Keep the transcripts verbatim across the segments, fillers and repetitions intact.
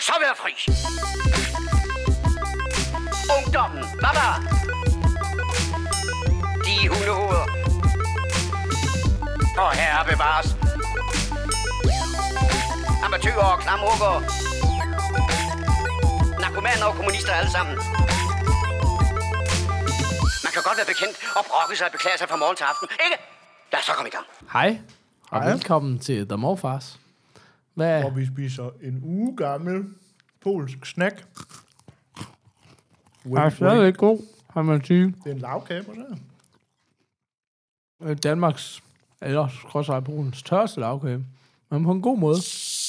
det så være fri. Ungdommen, baba. De hundehoveder. Og herre bevares. Amatøger og klamrukker. Narkomaner og kommunister alle sammen. Man kan godt være bekendt og brokke sig og beklage sig fra morgen til aften, ikke? Lad os så komme i gang. Hej, og Hej. velkommen til The Morfars. Hvad? Hvor vi spiser en uge gammel polsk snack. Er stadigvæk god, har man sige. Det er en lavkage på det. Øh, Danmarks, eller skrådstræk Polens tørste lavkage. Men på en god måde.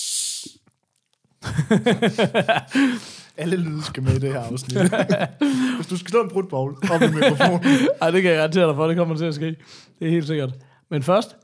Alle lyde skal med i det her afsnit. Hvis du skal slå en brudbowl op i mikrofonen. Ej, det kan jeg garantere dig for, det kommer til at ske. Det er helt sikkert. Men først.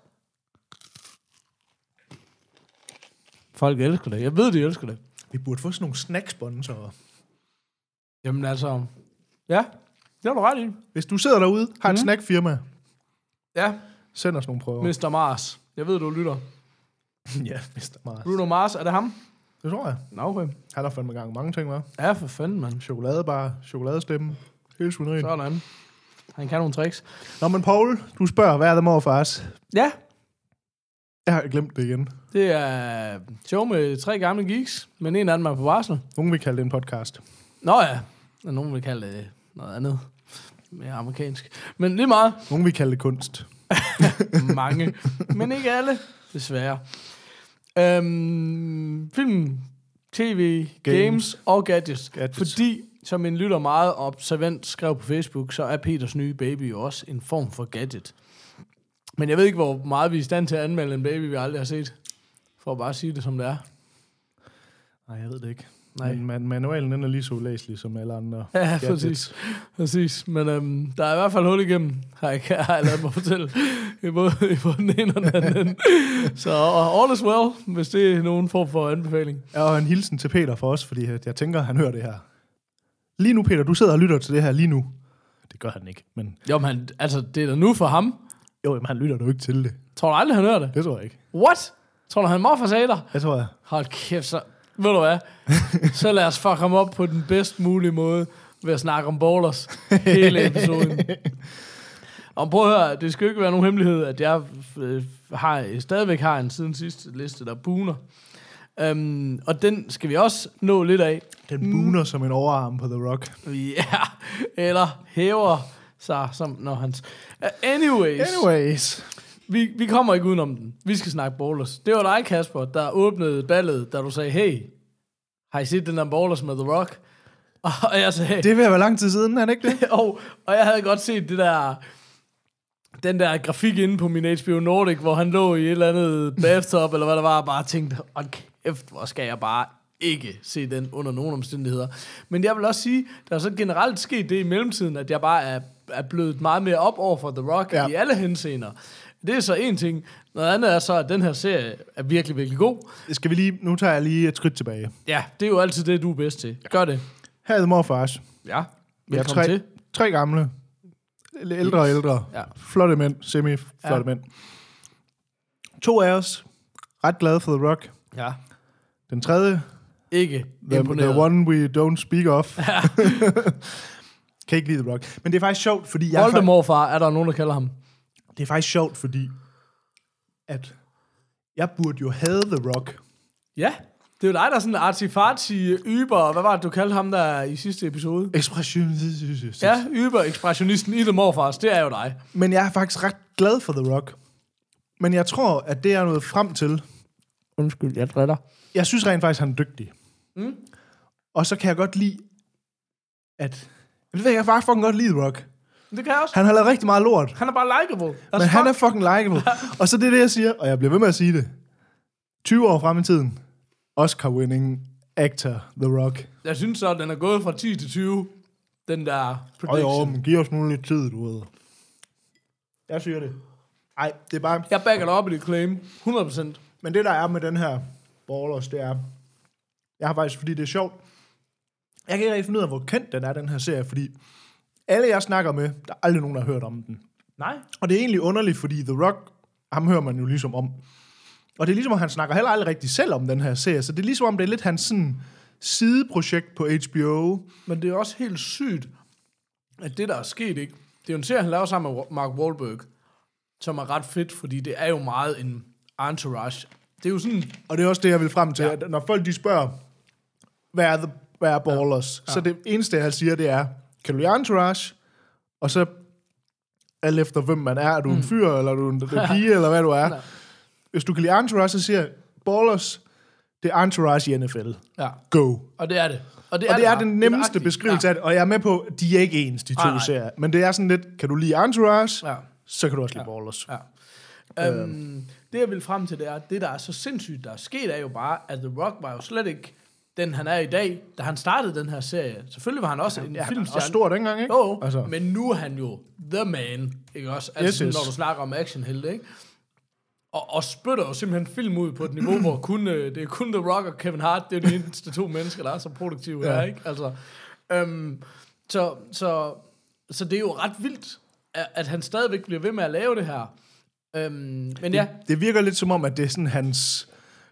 Folk elsker det. Jeg ved, de elsker det. Vi burde få sådan nogle snacksponsorer. Jamen altså. Ja, det har du ret i. Hvis du sidder derude, har et Mm. snackfirma, Ja, send os nogle prøver. mister Mars. Jeg ved, du lytter. Ja, mister Mars. Bruno Mars, er det ham? Det tror jeg. Nå, okay. Han har fandme gang mange ting, hva'? Ja, for fanden, mand. Chokoladebar, chokoladestemme, hele svineriet. Sådan. Han kan nogle tricks. Nå, men Paul, du spørger, hvad er det morfars? Ja, Jeg har glemt det igen. det er show med tre gamle geeks, men en af dem er på varsel. Nogen vil kalde det en podcast. Nå ja, og nogen vil kalde det noget andet. Mere amerikansk. Men lige meget. Nogen vil kalde det kunst. Mange. Men ikke alle, desværre. Øhm, film, tv, games, games og gadgets. Gadgets. Fordi, som en lytter meget observant skrev på Facebook, så er Peters nye baby jo også en form for gadget. Men jeg ved ikke, hvor meget vi er i stand til at anmelde en baby, vi aldrig har set. For at bare sige det, som det er. Nej, jeg ved det ikke. Nej. Men man, manualen den er lige så ulæselig som alle andre. Ja, gadgets. præcis. præcis. Men øhm, der er i hvert fald hul igennem, har jeg, har jeg ladet mig fortælle, i både, i både den ene og den anden. Så uh, all is well, hvis det er nogen form for anbefaling. Og en hilsen til Peter for os, fordi jeg tænker, han hører det her. Lige nu, Peter, du sidder og lytter til det her lige nu. Det gør han ikke, men... Jo, men altså, det er da nu for ham. Jo, men han lytter jo ikke til det. Tror du aldrig, han hører det? Det tror jeg ikke. What? Tror du, han morfar sagde dig? Det tror jeg. Hold kæft, så... Ved du hvad? Så lad os fuck ham op på den bedst mulige måde ved at snakke om ballers hele episoden. Og prøv at høre, det skal jo ikke være nogen hemmelighed, at jeg øh, har, stadigvæk har en siden sidste liste, der buner. Um, og den skal vi også nå lidt af. Den buner mm. som en overarm på The Rock. Ja, yeah. Eller hæver sig, som når hans... Uh, anyways. Anyways. Vi, vi kommer ikke udenom den. Vi skal snakke ballers. Det var dig, Kasper, der åbnede ballet, da du sagde, hey, har I set den der ballers med The Rock? Og jeg sagde... Det vil være lang tid siden, er det ikke det? og, og jeg havde godt set det der... Den der grafik inde på min H B O Nordic, hvor han lå i et eller andet bathtub, eller hvad der var, og bare tænkte, åh kæft, hvor skal jeg bare ikke se den under nogen omstændigheder. Men jeg vil også sige, der er så generelt sket det i mellemtiden, at jeg bare er, er blevet meget mere op over for The Rock ja. i alle henseender. Det er så en ting. Noget andet er så, at den her serie er virkelig, virkelig god. Skal vi lige... Nu tager jeg lige et skridt tilbage. Ja, det er jo altid det, du er bedst til. Gør det. Her er The Morfars. Ja, Vi er velkommen tre, til. tre gamle. Ældre og ældre. Ja. Flotte mænd. Semi-flotte ja. mænd. To af os. Ret glade for The Rock. Ja. Den tredje... Ikke The, imponeret. the one we don't speak of. Ja. Kan ikke lide The Rock. Men det er faktisk sjovt, fordi... jeg Voldemorfar, er der nogen, der kalder ham. Det er faktisk sjovt, fordi... At... Jeg burde jo have The Rock. Ja, det er jo dig, der er sådan en artifarti yber. Hvad var det, du kaldte ham der i sidste episode? Ekspressionist. Ja, yber-ekspressionisten i The Morfars. Det er jo dig. Men jeg er faktisk ret glad for The Rock. Men jeg tror, at det er noget frem til... Undskyld, jeg driller. Jeg synes rent faktisk, han er dygtig. Mm. Og så kan jeg godt lide, at... Jeg ved, jeg kan faktisk fucking godt lide The Rock. Det kan jeg også. Han har lavet rigtig meget lort. Han er bare likeable. Men han er fucking likeable. Og så det er det, jeg siger, og jeg bliver ved med at sige det. tyve år frem i tiden. Oscar-winning actor The Rock. Jeg synes så, at den er gået fra ti til tyve. Den der prediction. Og jo, men giv os nu lidt tid, du ved. Jeg siger det. Ej, det er bare... Jeg backer dig op i dit claim. hundrede procent. Men det, der er med den her Ballers, det er... Jeg har faktisk, fordi det er sjovt. Jeg kan ikke rigtig finde ud af, hvor kendt den er, den her serie, fordi alle, jeg snakker med, der er aldrig nogen, der har hørt om den. Nej. Og det er egentlig underligt, fordi The Rock, ham hører man jo ligesom om. Og det er ligesom, at han snakker heller aldrig rigtig selv om den her serie, så det er ligesom, om det er lidt hans sådan sideprojekt på H B O. Men det er også helt sygt, at det, der er sket, ikke? Det er jo en serie, han laver sammen med Mark Wahlberg, som er ret fedt, fordi det er jo meget en entourage. Det er jo sådan... Og det er også det, jeg vil frem til. Ja. At når folk de spørger, hvad er, the, hvad er Ballers? Ja. Ja. Så det eneste, jeg siger, det er, kan du lide entourage? Og så alt efter, hvem man er. Er du en fyr, eller er du en pige, eller hvad du er? Nej. Hvis du kan lide entourage, så siger jeg, Ballers, det er entourage i N F L. Ja. Go. Og det er det. Og det er, og det er det den nemmeste det beskrivelse ja. af det. Og jeg er med på, de er ikke ens, de to nej, nej. serier. Men det er sådan lidt, kan du lide entourage, ja. så kan du også lide ja. Ballers. Ja. Øhm. Um, det, jeg vil frem til, det er, det, der er så sindssygt, der er sket, er jo bare, at The Rock var jo slet ikke den, han er i dag, da han startede den her serie. Selvfølgelig var han også en ja, filmstjerne. Og stor dengang, ikke? Jo, altså. Men nu er han jo the man, ikke også? Altså, yes, yes. Når du snakker om actionhelte, ikke? Og, og spytter jo simpelthen film ud på et niveau, hvor kun, øh, det er kun The Rock og Kevin Hart, det er de eneste to mennesker, der er så produktive ja. her, ikke? Altså, øhm, så, så, så det er jo ret vildt, at, at han stadigvæk bliver ved med at lave det her. Øhm, men det, ja. Det virker lidt som om, at det er sådan hans...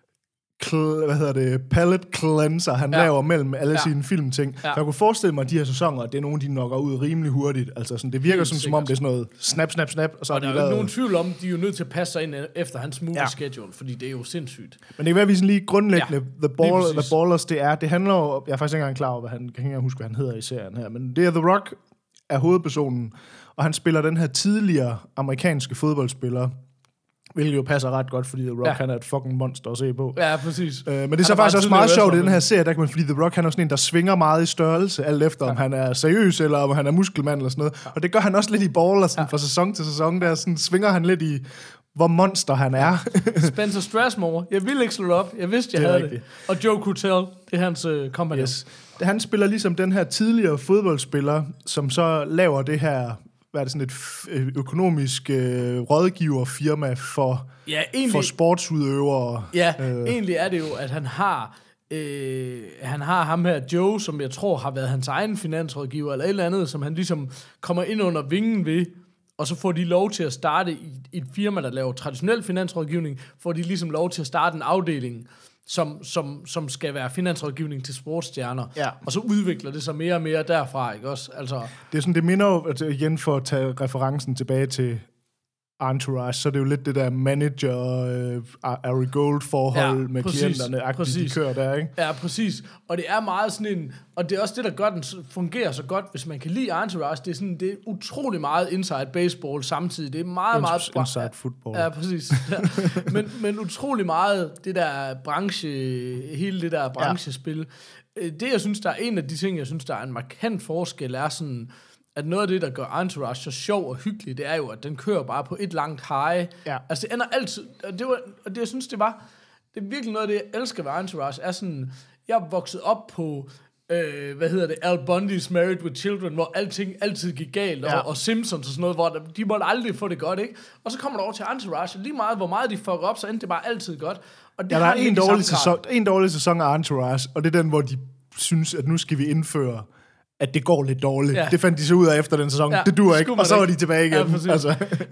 Cl- hvad hedder det, palette cleanser, han ja. laver mellem alle ja. sine filmting. Ja. Jeg kunne forestille mig, at de her sæsoner, at det er nogen, de nokker ud rimelig hurtigt. Altså sådan, det virker sådan, som om det er sådan noget snap, snap, snap, og så og er der er de jo lavet... ikke nogen tvivl om, de er jo nødt til at passe sig ind efter hans movie ja. schedule, fordi det er jo sindssygt. Men det kan være, at vi sådan lige grundlæggende, ja. The, Ball, The Ballers, det er, det handler jo, jeg er faktisk ikke engang klar over, hvad han, jeg kan ikke engang huske, hvad han hedder i serien her, men det er The Rock er hovedpersonen, og han spiller den her tidligere amerikanske fodboldspiller, hvilket jo passer ret godt, fordi The Rock, ja. han er et fucking monster at se på. Ja, præcis. Øh, men det er så faktisk også meget sjovt i den her serie, der kan man, fordi The Rock, han er sådan en, der svinger meget i størrelse, alt efter, ja. om han er seriøs, eller om han er muskelmand, eller sådan noget. Ja. Og det gør han også lidt i Ballers, ja. fra sæson til sæson, der sådan, svinger han lidt i, hvor monster han er. Spencer Strasmore, jeg ville ikke slå det op, jeg vidste, jeg det havde rigtigt. det. Og Joe Coutel, det er hans uh, company. Yes. Han spiller ligesom den her tidligere fodboldspiller, som så laver det her... hvad er det, sådan et f- økonomisk øh, rådgiverfirma for, ja, egentlig, for sportsudøvere. Ja, øh. egentlig er det jo, at han har, øh, han har ham her, Joe, som jeg tror har været hans egen finansrådgiver, eller et eller andet, som han ligesom kommer ind under vingen ved, og så får de lov til at starte i, i et firma, der laver traditionel finansrådgivning, får de ligesom lov til at starte en afdeling, som, som, som skal være finansrådgivning til sportsstjerner. Ja. Og så udvikler det sig mere og mere derfra, ikke også? Altså, det er sådan, det minder jo, altså igen for at tage referencen tilbage til Entourage, så er det jo lidt det der manager, øh, Ari Gold-forhold ja, med præcis, klienterne, de kører der, ikke? Ja, præcis. Og det er meget sådan en, og det er også det, der gør, den fungerer så godt, hvis man kan lide Entourage, det er sådan, det er utrolig meget inside baseball samtidig. Det er meget, meget... Inside football. Ja, præcis. Ja. Men, men utrolig meget det der branche, hele det der branchespil. Ja. Det, jeg synes, der er en af de ting, jeg synes, der er en markant forskel, er sådan... at noget af det, der gør Entourage så sjov og hyggelig, det er jo, at den kører bare på et langt high. Ja. Altså, det ender altid... Og det, var, og det, jeg synes, det var... Det er virkelig noget af det, jeg elsker ved Entourage, er sådan... Jeg er vokset op på... Øh, hvad hedder det? Al Bundy's Married with Children, hvor alting altid gik galt, ja. og, og Simpsons og sådan noget, hvor der, de måtte aldrig få det godt, ikke? Og så kommer der over til Entourage, lige meget, hvor meget de fucker op, så endte det bare altid godt. Og det ja, der er en dårlig, sæson, en dårlig sæson af Entourage, og det er den, hvor de synes, at nu skal vi indføre... at det går lidt dårligt. Ja. Det fandt de så ud af efter den sæson. Ja, det duer ikke, og så var de tilbage igen. Ja, altså.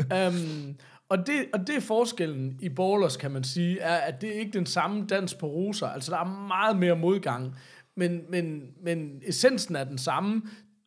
um, og, det, og det er forskellen i Ballers, kan man sige, er, at det er ikke den samme dans på roser. Altså, der er meget mere modgang. Men, men, men essensen er den samme.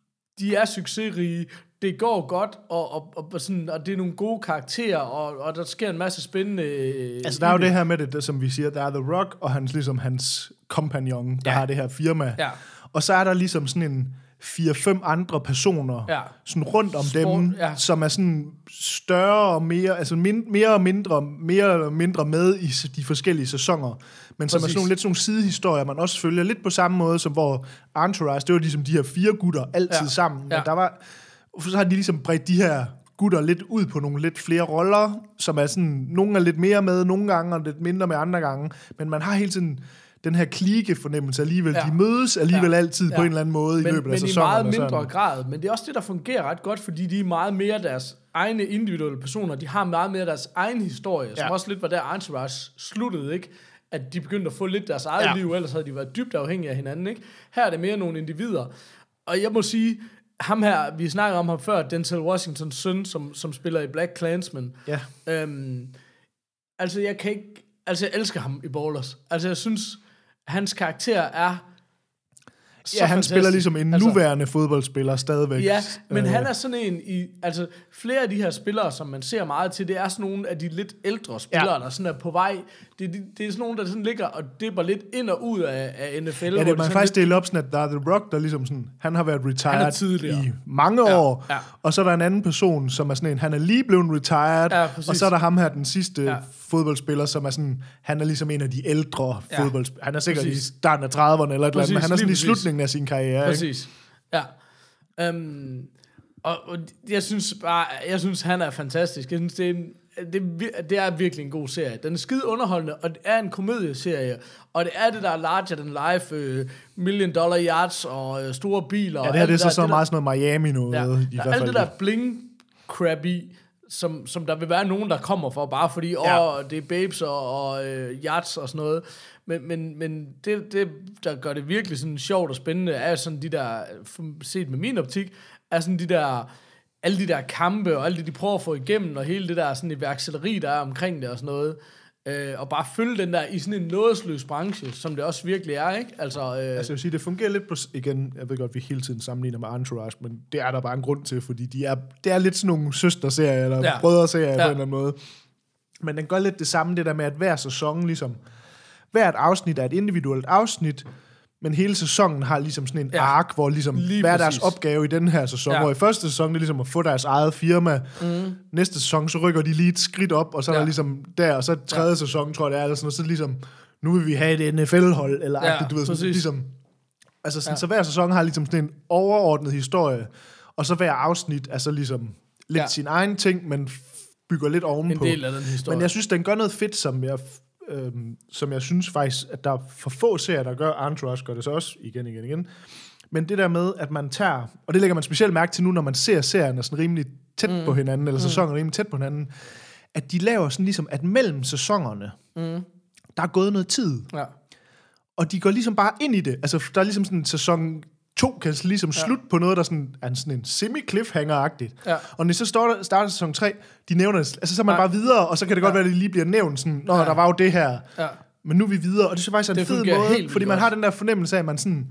De er succesrige. Det går godt, og, og, og, sådan, og det er nogle gode karakterer, og, og der sker en masse spændende... Altså, der er jo det her med det, som vi siger, der er The Rock og hans, ligesom, hans kompagnon, der ja. har det her firma. Ja. Og så er der ligesom sådan en fire-fem andre personer ja. sådan rundt om Sport, dem, ja. som er sådan større og mere, altså min, mere og mindre, mere og mindre med i de forskellige sæsoner, men som Præcis. er sådan nogle, lidt sådan nogle sidehistorier, man også følger lidt på samme måde, som hvor Entourage, det var ligesom de her fire gutter altid ja. sammen, ja. men der var, så har de ligesom bredt de her gutter lidt ud på nogle lidt flere roller, som er sådan, nogle er lidt mere med nogle gange, og lidt mindre med andre gange, men man har hele tiden den her klike-fornemmelse alligevel. Ja. De mødes alligevel ja. altid ja. på en eller anden måde men, i løbet af sæsonen. sæsonen. Men i meget mindre grad. Men det er også det, der fungerer ret godt, fordi de er meget mere deres egne individuelle personer. De har meget mere deres egen historie, ja. som også lidt var der Entourage sluttede, ikke? At de begyndte at få lidt deres eget ja. liv, ellers havde de været dybt afhængige af hinanden, ikke? Her er det mere nogle individer. Og jeg må sige, ham her, vi snakker om ham før, Denzel Washingtons søn, som, som spiller i Black Klansman. Ja. Øhm, altså, jeg kan ikke... Altså, jeg elsker ham i Ballers. Altså, jeg synes... Hans karakter er ja, han fantastisk. Spiller ligesom en altså, nuværende fodboldspiller stadigvæk. Ja, men øh. han er sådan en i, altså flere af de her spillere, som man ser meget til, det er sådan nogle af de lidt ældre spillere, ja. der sådan er på vej. Det, det, det er sådan nogle, der sådan ligger og dipper lidt ind og ud af, af N F L. Ja, det, man det faktisk dele op sådan, at der er The Rock, der ligesom sådan, han har været retired i mange ja, år, ja. og så er der en anden person, som er sådan en, han er lige blevet retired, ja, og så er der ham her, den sidste ja. fodboldspiller, som er sådan, han er ligesom en af de ældre ja. fodboldspillere. Han er sikkert præcis. i starten af trediverne eller et eller andet, men han er sådan i slutningen af sin karriere. Præcis, ikke? Ja. Um, og, og jeg synes bare, jeg synes, han er fantastisk. Jeg synes, det er en, Det, det er virkelig en god serie. Den er skide underholdende, og det er en komedieserie, og det er det, der er larger than life, øh, million dollar yards og øh, store biler. Ja, det her det er så, der, så det meget sådan noget Miami noget. Ja, i der hvert alt det der bling crap i, som, som der vil være nogen, der kommer for, bare fordi, ja. åh, det er babes og, og øh, yachts og sådan noget. Men, men, men det, det, der gør det virkelig sådan sjovt og spændende, er sådan de der, set med min optik, er sådan de der alle de der kampe, og alt det, de prøver at få igennem, og hele det der sådan iværksætteri, der er omkring det og sådan noget, øh, og bare følge den der i sådan en nådesløs branche, som det også virkelig er, ikke? Altså, øh, altså jeg vil sige, det fungerer lidt på, igen, jeg ved godt, vi hele tiden sammenligner med Entourage, men det er der bare en grund til, fordi de er, det er lidt sådan nogle søsterserier, eller ja. brødreserier ja. på en eller anden måde. Men den gør lidt det samme, det der med, at hver sæson, ligesom, hvert afsnit er et individuelt afsnit, men hele sæsonen har ligesom sådan en ja. ark, hvor ligesom hvad er deres opgave i den her sæson, ja. hvor i første sæson det er ligesom at få deres eget firma. Mm. Næste sæson, så rykker de lige et skridt op, og så ja. er der ligesom der, og så tredje ja. sæson, tror jeg det er, eller sådan, og så ligesom, nu vil vi have et N F L-hold, eller ja, agtigt, du ved, sådan, ligesom, altså sådan, ja. så hver sæson har ligesom sådan en overordnet historie, og så hver afsnit er så ligesom lidt ja. sin egen ting, men bygger lidt ovenpå. En del af den historie. Men jeg synes, den gør noget fedt, som jeg... Øhm, som jeg synes faktisk, at der er for få serier, der gør. Entourage gør det så også igen, igen, igen. Men det der med, at man tager, og det lægger man specielt mærke til nu, når man ser serierne sådan rimelig tæt mm. på hinanden, eller sæsonen rimelig tæt på hinanden, at de laver sådan ligesom, at mellem sæsonerne, mm. der er gået noget tid. Ja. Og de går ligesom bare ind i det. Altså, der er ligesom sådan en sæson to kan ligesom ja. slutte på noget, der sådan, er sådan en semi-cliffhanger-agtigt. Ja. Og når så starter, starter sæson tre, de nævner det, altså så er man ja. bare videre, og så kan det godt ja. være, at det lige bliver nævnt sådan, nå, ja. der var jo det her. Ja. Men nu er vi videre, og det synes faktisk er en fed måde, fordi man har den der fornemmelse af, at man sådan,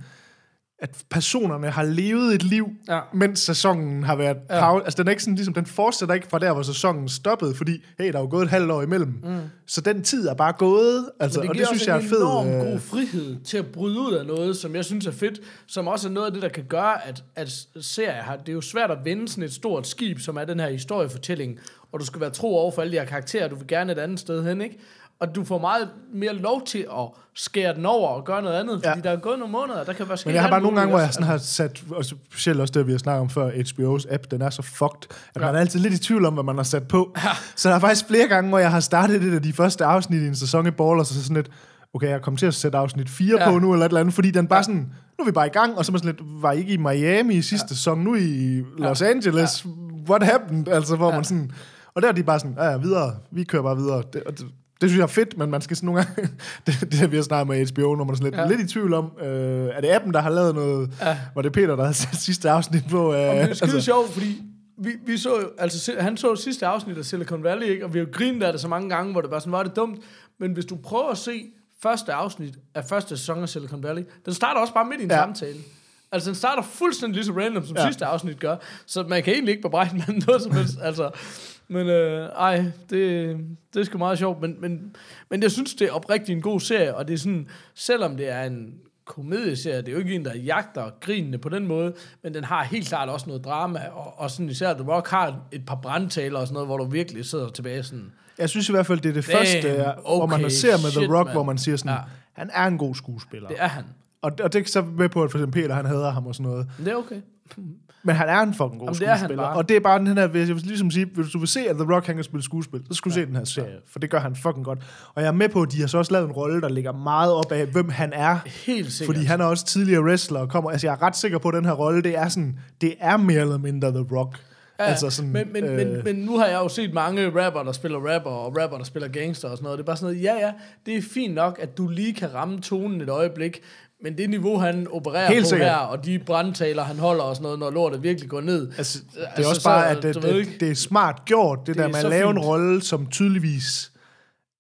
at personerne har levet et liv, ja. mens sæsonen har været ja. pause. Altså, den er ikke sådan, ligesom, den fortsætter ikke fra der, hvor sæsonen stoppede, fordi, hey, der er jo gået et halvt år imellem. Mm. Så den tid er bare gået, altså, det og det synes jeg er fedt. Det giver også en enorm god frihed til at bryde ud af noget, som jeg synes er fedt, som også er noget af det, der kan gøre, at, at serier har, det er jo svært at vende sådan et stort skib, som er den her historiefortælling, og du skal være tro over for alle de her karakterer, du vil gerne et andet sted hen, ikke? Og du får meget mere lov til at skære den over og gøre noget andet, fordi ja. der er gået nogle måneder, der kan være sket. Men jeg har bare nogle gange, hvor jeg sådan har sat, og specielt også det, vi har snakket om før, H B O's app, den er så fucked, at ja. man er altid lidt i tvivl om, hvad man har sat på. Ja. Så der er faktisk flere gange, hvor jeg har startet det af de første afsnit i en sæson i Ball, og så sådan lidt, okay, jeg kommer til at sætte afsnit fire ja. på nu, eller et eller andet, fordi den bare ja. sådan, nu er vi bare i gang, og så er man sådan lidt, var I ikke i Miami i sidste ja. sæson, nu i Los ja. Angeles, ja. what happened? Altså, hvor ja. man sådan, og der er de bare sådan, ja, ja, videre, vi kører bare videre. Det, og det, det synes jeg er fedt, men man skal sådan nogle gange... det, det der, vi har snakket med H B O, når man er sådan lidt, ja. lidt i tvivl om, øh, er det appen, der har lavet noget... Ja. Var det Peter, der havde sat sidste afsnit på? Øh, det er skide altså. sjovt, fordi vi, vi så jo... Altså, han så sidste afsnit af Silicon Valley, ikke? Og vi har jo grinet af det så mange gange, hvor det bare sådan, var det dumt. Men hvis du prøver at se første afsnit af første sæson af Silicon Valley, den starter også bare midt i en ja. samtale. Altså, den starter fuldstændig lige så random, som ja. sidste afsnit gør. Så man kan egentlig ikke bebrejde med noget som helst. Altså... Men øh, ej, det, det er sgu meget sjovt, men, men, men jeg synes, det er oprigtigt en god serie, og det er sådan, selvom det er en komedieserie, det er jo ikke en, der jagter grinende på den måde, men den har helt klart også noget drama, og, og sådan især The Rock har et par brandtaler og sådan noget, hvor du virkelig sidder tilbage sådan... Jeg synes i hvert fald, det er det Damn, første, okay, hvor man ser med shit, The Rock, man. hvor man siger sådan, ja. han er en god skuespiller. Det er han. Og, og det er så med på, at for eksempel Peter, han hader ham og sådan noget. Det er okay. Men han er en fucking god Jamen, skuespiller. Og det er bare den her, jeg vil ligesom sige, hvis du vil se, at The Rock han kan spille skuespil, så skal du ja. se den her serie, for det gør han fucking godt. Og jeg er med på, at de har så også lavet en rolle, der ligger meget op af, hvem han er. Helt sikkert. Fordi han er også tidligere wrestler, og kommer, altså jeg er ret sikker på, at den her rolle, det er sådan, det er mere eller mindre The Rock. Ja, altså sådan, men, men, øh... men, men nu har jeg jo set mange rapper, der spiller rapper, og rapper, der spiller gangster og sådan noget. Det er bare sådan noget, ja ja, det er fint nok, at du lige kan ramme tonen et øjeblik, men det niveau, han opererer Helt på sikkert. her, og de brandtaler, han holder og sådan noget, når lortet virkelig går ned. Altså, det er altså, også bare, så, at det, det, det er smart gjort, det, det der med at lave fint. en rolle, som tydeligvis...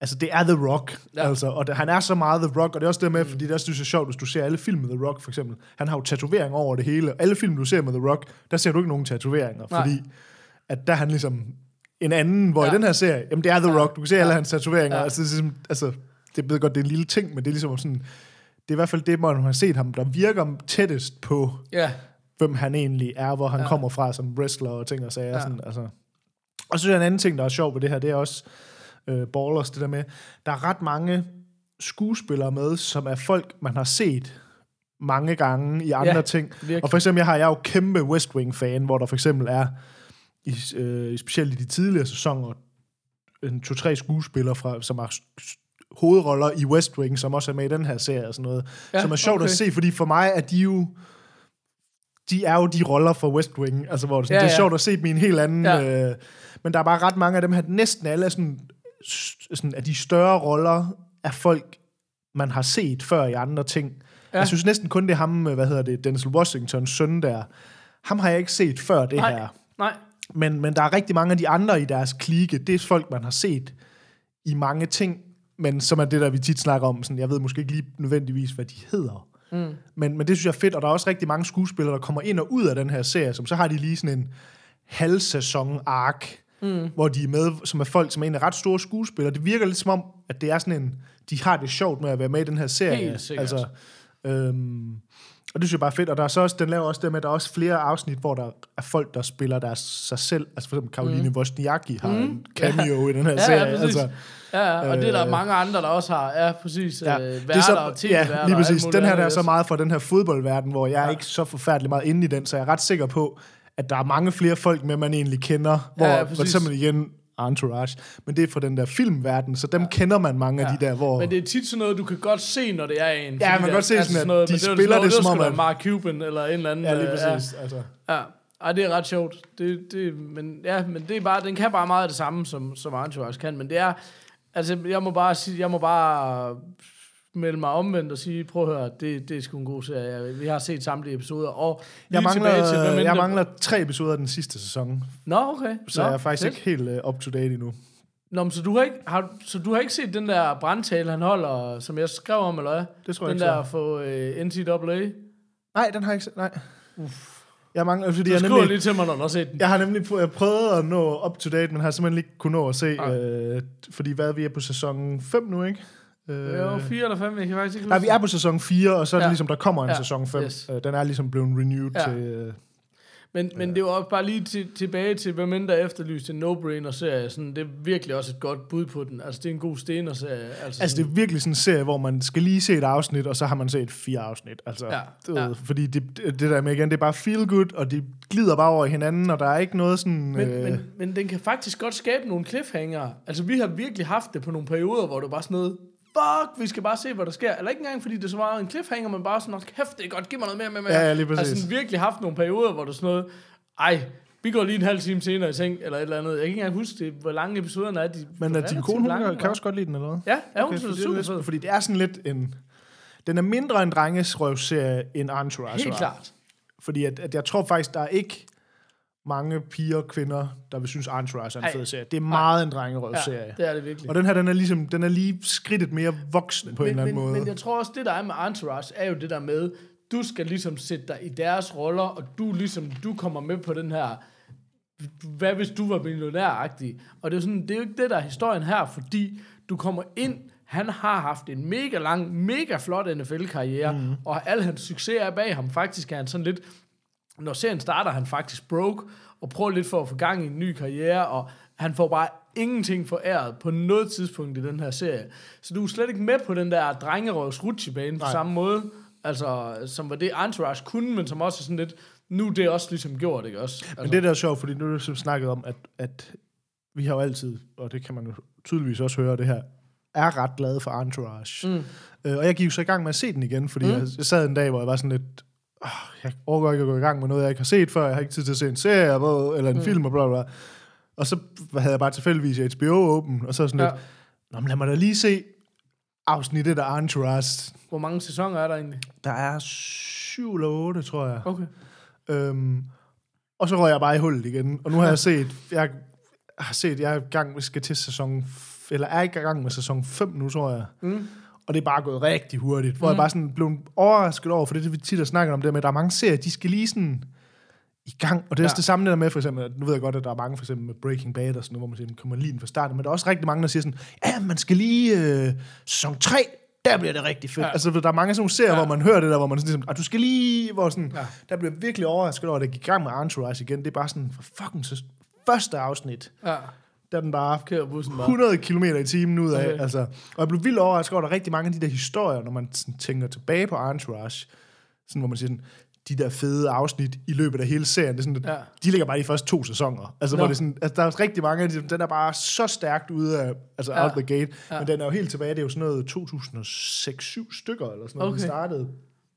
altså det er The Rock, ja. altså, og det, han er så meget The Rock, og det er også det med, mm. fordi det er også det sjovt, hvis du ser alle film med The Rock, for eksempel. Han har jo tatoveringer over det hele. Alle film, du ser med The Rock, der ser du ikke nogen tatoveringer, Nej. fordi at der er han ligesom en anden, hvor ja. i den her serie, jamen det er The Rock, du kan se ja. alle hans tatoveringer, ja. altså, det er, ligesom, altså, det er godt, det er en lille ting, men det er ligesom sådan, det er i hvert fald det, man har set ham, der virker tættest på, ja. hvem han egentlig er, hvor han ja. kommer fra som wrestler og ting og sager. Ja. Sådan, altså. Og så synes jeg, en anden ting, der er sjov ved det her, det er også øh, Ballers, det der med, der er ret mange skuespillere med, som er folk, man har set mange gange i andre ja, ting. Virkelig. Og for eksempel, jeg har jeg er jo kæmpe West Wing-fan, hvor der for eksempel er, i, øh, specielt i de tidligere sæsoner, en to-tre skuespillere, fra, som har hovedroller i West Wing, som også er med i den her serie og sådan noget, ja, som er sjovt okay. at se, fordi for mig er de jo de er jo de roller for West Wing, altså hvor det, sådan, ja, det er ja. sjovt at se dem i en helt anden, ja. øh, men der er bare ret mange af dem her, næsten alle er sådan, sådan af de større roller af folk, man har set før i andre ting. Ja. Jeg synes næsten kun det er ham, hvad hedder det, Denzel Washingtons søn der, ham har jeg ikke set før det nej, her. Nej. Men, men der er rigtig mange af de andre i deres klike, det er folk, man har set i mange ting, men som er det, der vi tit snakker om, sådan, jeg ved måske ikke lige nødvendigvis, hvad de hedder. Mm. Men, men det synes jeg er fedt, og der er også rigtig mange skuespillere, der kommer ind og ud af den her serie, som så har de lige sådan en halvsæson-ark, mm. hvor de er med, som er folk, som er en af ret store skuespillere. Det virker lidt som om, at det er sådan en, de har det sjovt med at være med i den her serie. Helt sikkert. Altså, øhm, og det synes jeg bare er fedt, og der er så også, den laver også det med, at der er også flere afsnit, hvor der er folk, der spiller deres, sig selv. Altså for eksempel Caroline mm. Wozniacki har mm. en cameo ja. i den her ja, serie. Ja, altså, ja, og øh, det er der mange andre, der også har. Ja, præcis. Ja, øh, værter så, og tv-værter. Ja, lige præcis. Den her der er så meget fra den her fodboldverden, hvor jeg ja. er ikke så forfærdelig meget inde i den, så jeg er ret sikker på, at der er mange flere folk med, man egentlig kender. Hvor ja, ja, for eksempel igen Entourage, men det er fra den der filmverden, så dem ja. kender man mange ja. af de der, hvor... Men det er tit sådan noget, du kan godt se, når det er en... Ja, man kan godt se altså sådan, at de det spiller det, som om... Det er Mark Cuban eller en eller anden... Ja, lige præcis. Ja. Altså. Ja. Ej, det er ret sjovt. Det, det, men, ja, men det er bare, den kan bare meget af det samme, som, som Entourage kan, men det er... Altså, jeg må bare sige, jeg må bare melde mig omvendt og sige, prøv at høre, det, det er sgu en god serie. Vi har set samtlige episoder, og jeg mangler, til, jeg jeg mangler tre episoder af den sidste sæson. Nå, okay. Så Nå, jeg er faktisk fedt. ikke helt uh, up to date endnu. Nå, men så du har ikke, har, så du har ikke set den der brandtale, han holder, som jeg skrev om, eller hvad? Det tror jeg den ikke. Den der for uh, N C A A? Nej, den har jeg ikke set, nej. Uff. Jeg mangler, fordi du jeg skriver nemlig, lige til mig, når du har set den. Jeg har nemlig prøvet, prøvet at nå up to date, men har simpelthen ikke kunnet nå at se, ja. øh, fordi hvad, vi er på sæson fem nu, ikke? Øh, jo, fire eller fem, jeg kan faktisk ikke nej, vi er på sæson fire, og så er det ja. ligesom, der kommer en ja. sæson fem. Yes. Øh, den er ligesom blevet renewed ja. til... Øh, Men, men det var også bare lige til, tilbage til, hvem end der efterlyste en no-brainer-serie. Sådan, det er virkelig også et godt bud på den. Altså, det er en god stener-serie. Altså, altså det er virkelig sådan en serie, hvor man skal lige se et afsnit, og så har man set fire afsnit. Altså, ja, det, ja. Fordi det, det der med igen, det er bare feel good, og de glider bare over hinanden, og der er ikke noget sådan... Men, øh... men, men den kan faktisk godt skabe nogle cliffhanger. Altså, vi har virkelig haft det på nogle perioder, hvor det bare sådan noget... Fuck, vi skal bare se, hvad der sker. Eller ikke engang, fordi det så var en cliffhanger, men bare sådan, kæft, det er godt, giv mig noget mere med mere. Ja, ja, lige præcis. Altså, sådan virkelig haft nogle perioder, hvor det sådan noget... Ej, vi går lige en halv time senere i seng, eller et eller andet. Jeg kan ikke engang huske det, hvor lange episoderne er. De men er din kone, hun kan også godt lide den, eller hvad? Ja, ja hun okay, synes, det er super lidt, fed. fordi det er sådan lidt en... Den er mindre en drengesrøvserie end Entourage. Helt klart. Fordi at, at jeg tror faktisk, der er ikke mange piger og kvinder, der vil synes, Entourage er en fed serie. Det er meget Ej. en drengerøvserie. Ja, det er det virkelig. Og den her, den er, ligesom, den er lige skridtet mere voksen på men, en eller anden men, måde. Men jeg tror også, det der er med Entourage, er jo det der med, du skal ligesom sætte dig i deres roller, og du ligesom, du kommer med på den her, hvad hvis du var millionær-agtig? Og det er, sådan, det er jo ikke det, der er historien her, fordi du kommer ind, han har haft en mega lang, mega flot N F L-karriere, mm. og al hans succes er bag ham. Faktisk er han sådan lidt, når serien starter, han faktisk broke, og prøver lidt for at få gang i en ny karriere, og han får bare ingenting foræret på noget tidspunkt i den her serie. Så du er slet ikke med på den der drengerøvs rutsjebane på samme måde, altså, som var det Entourage kunne, men som også er sådan lidt, nu er det også ligesom gjort, ikke også? Altså. Men det der er sjovt, fordi nu er det snakket om, at, at vi har jo altid, og det kan man jo tydeligvis også høre det her, er ret glade for Entourage. Mm. Øh, og jeg gik så i gang med at se den igen, fordi mm. jeg, jeg sad en dag, hvor jeg var sådan lidt, oh, jeg overgår ikke at gå i gang med noget, jeg ikke har set før, jeg har ikke tid til at se en serie, eller en mm. film, og bla bla. Og så havde jeg bare tilfældigvis H B O åben, og så sådan ja. lidt, nå, men lad mig da lige se afsnittet af Entourage. Hvor mange sæsoner er der egentlig? Der er syv eller otte, tror jeg. Okay. Øhm, og så røg jeg bare i hullet igen. Og nu har jeg set, jeg har set, jeg er i gang, vi skal til sæson eller er i gang med sæson fem nu, tror jeg. Mm. Og det er bare gået rigtig hurtigt, hvor mm. jeg bare sådan blev overrasket over, for det er det, vi tit har snakket om det med, at der er mange serier, de skal lige sådan i gang. Og det er ja. også det samme der med, for eksempel, nu ved jeg godt, at der er mange, for eksempel med Breaking Bad og sådan noget, hvor man siger, den kommer lige fra starten, men der er også rigtig mange, der siger sådan, ja, man skal lige øh, sæson tre, der bliver det rigtig fedt. Ja. Altså, der er mange sådan nogle serier, ja. hvor man hører det der, hvor man sådan ligesom, du skal lige, hvor sådan, ja. der bliver virkelig overrasket over, at det gik i gang med Entourage igen. Det er bare sådan, for fucking så første afsnit. Ja. Der er den bare hundrede kilometer i timen ud af. Okay. Altså. Og jeg blev vildt overrasket over, at der er rigtig mange af de der historier, når man sådan, tænker tilbage på Entourage, sådan, hvor man siger sådan, de der fede afsnit i løbet af hele serien, det er sådan, ja. de ligger bare i de første to sæsoner. Altså, no. hvor det sådan, altså, der er rigtig mange af dem, den er bare så stærkt ude af, altså ja. out the gate, ja. men den er jo helt tilbage, det er jo sådan noget to tusind og seks syv stykker, eller sådan noget, okay. den startede.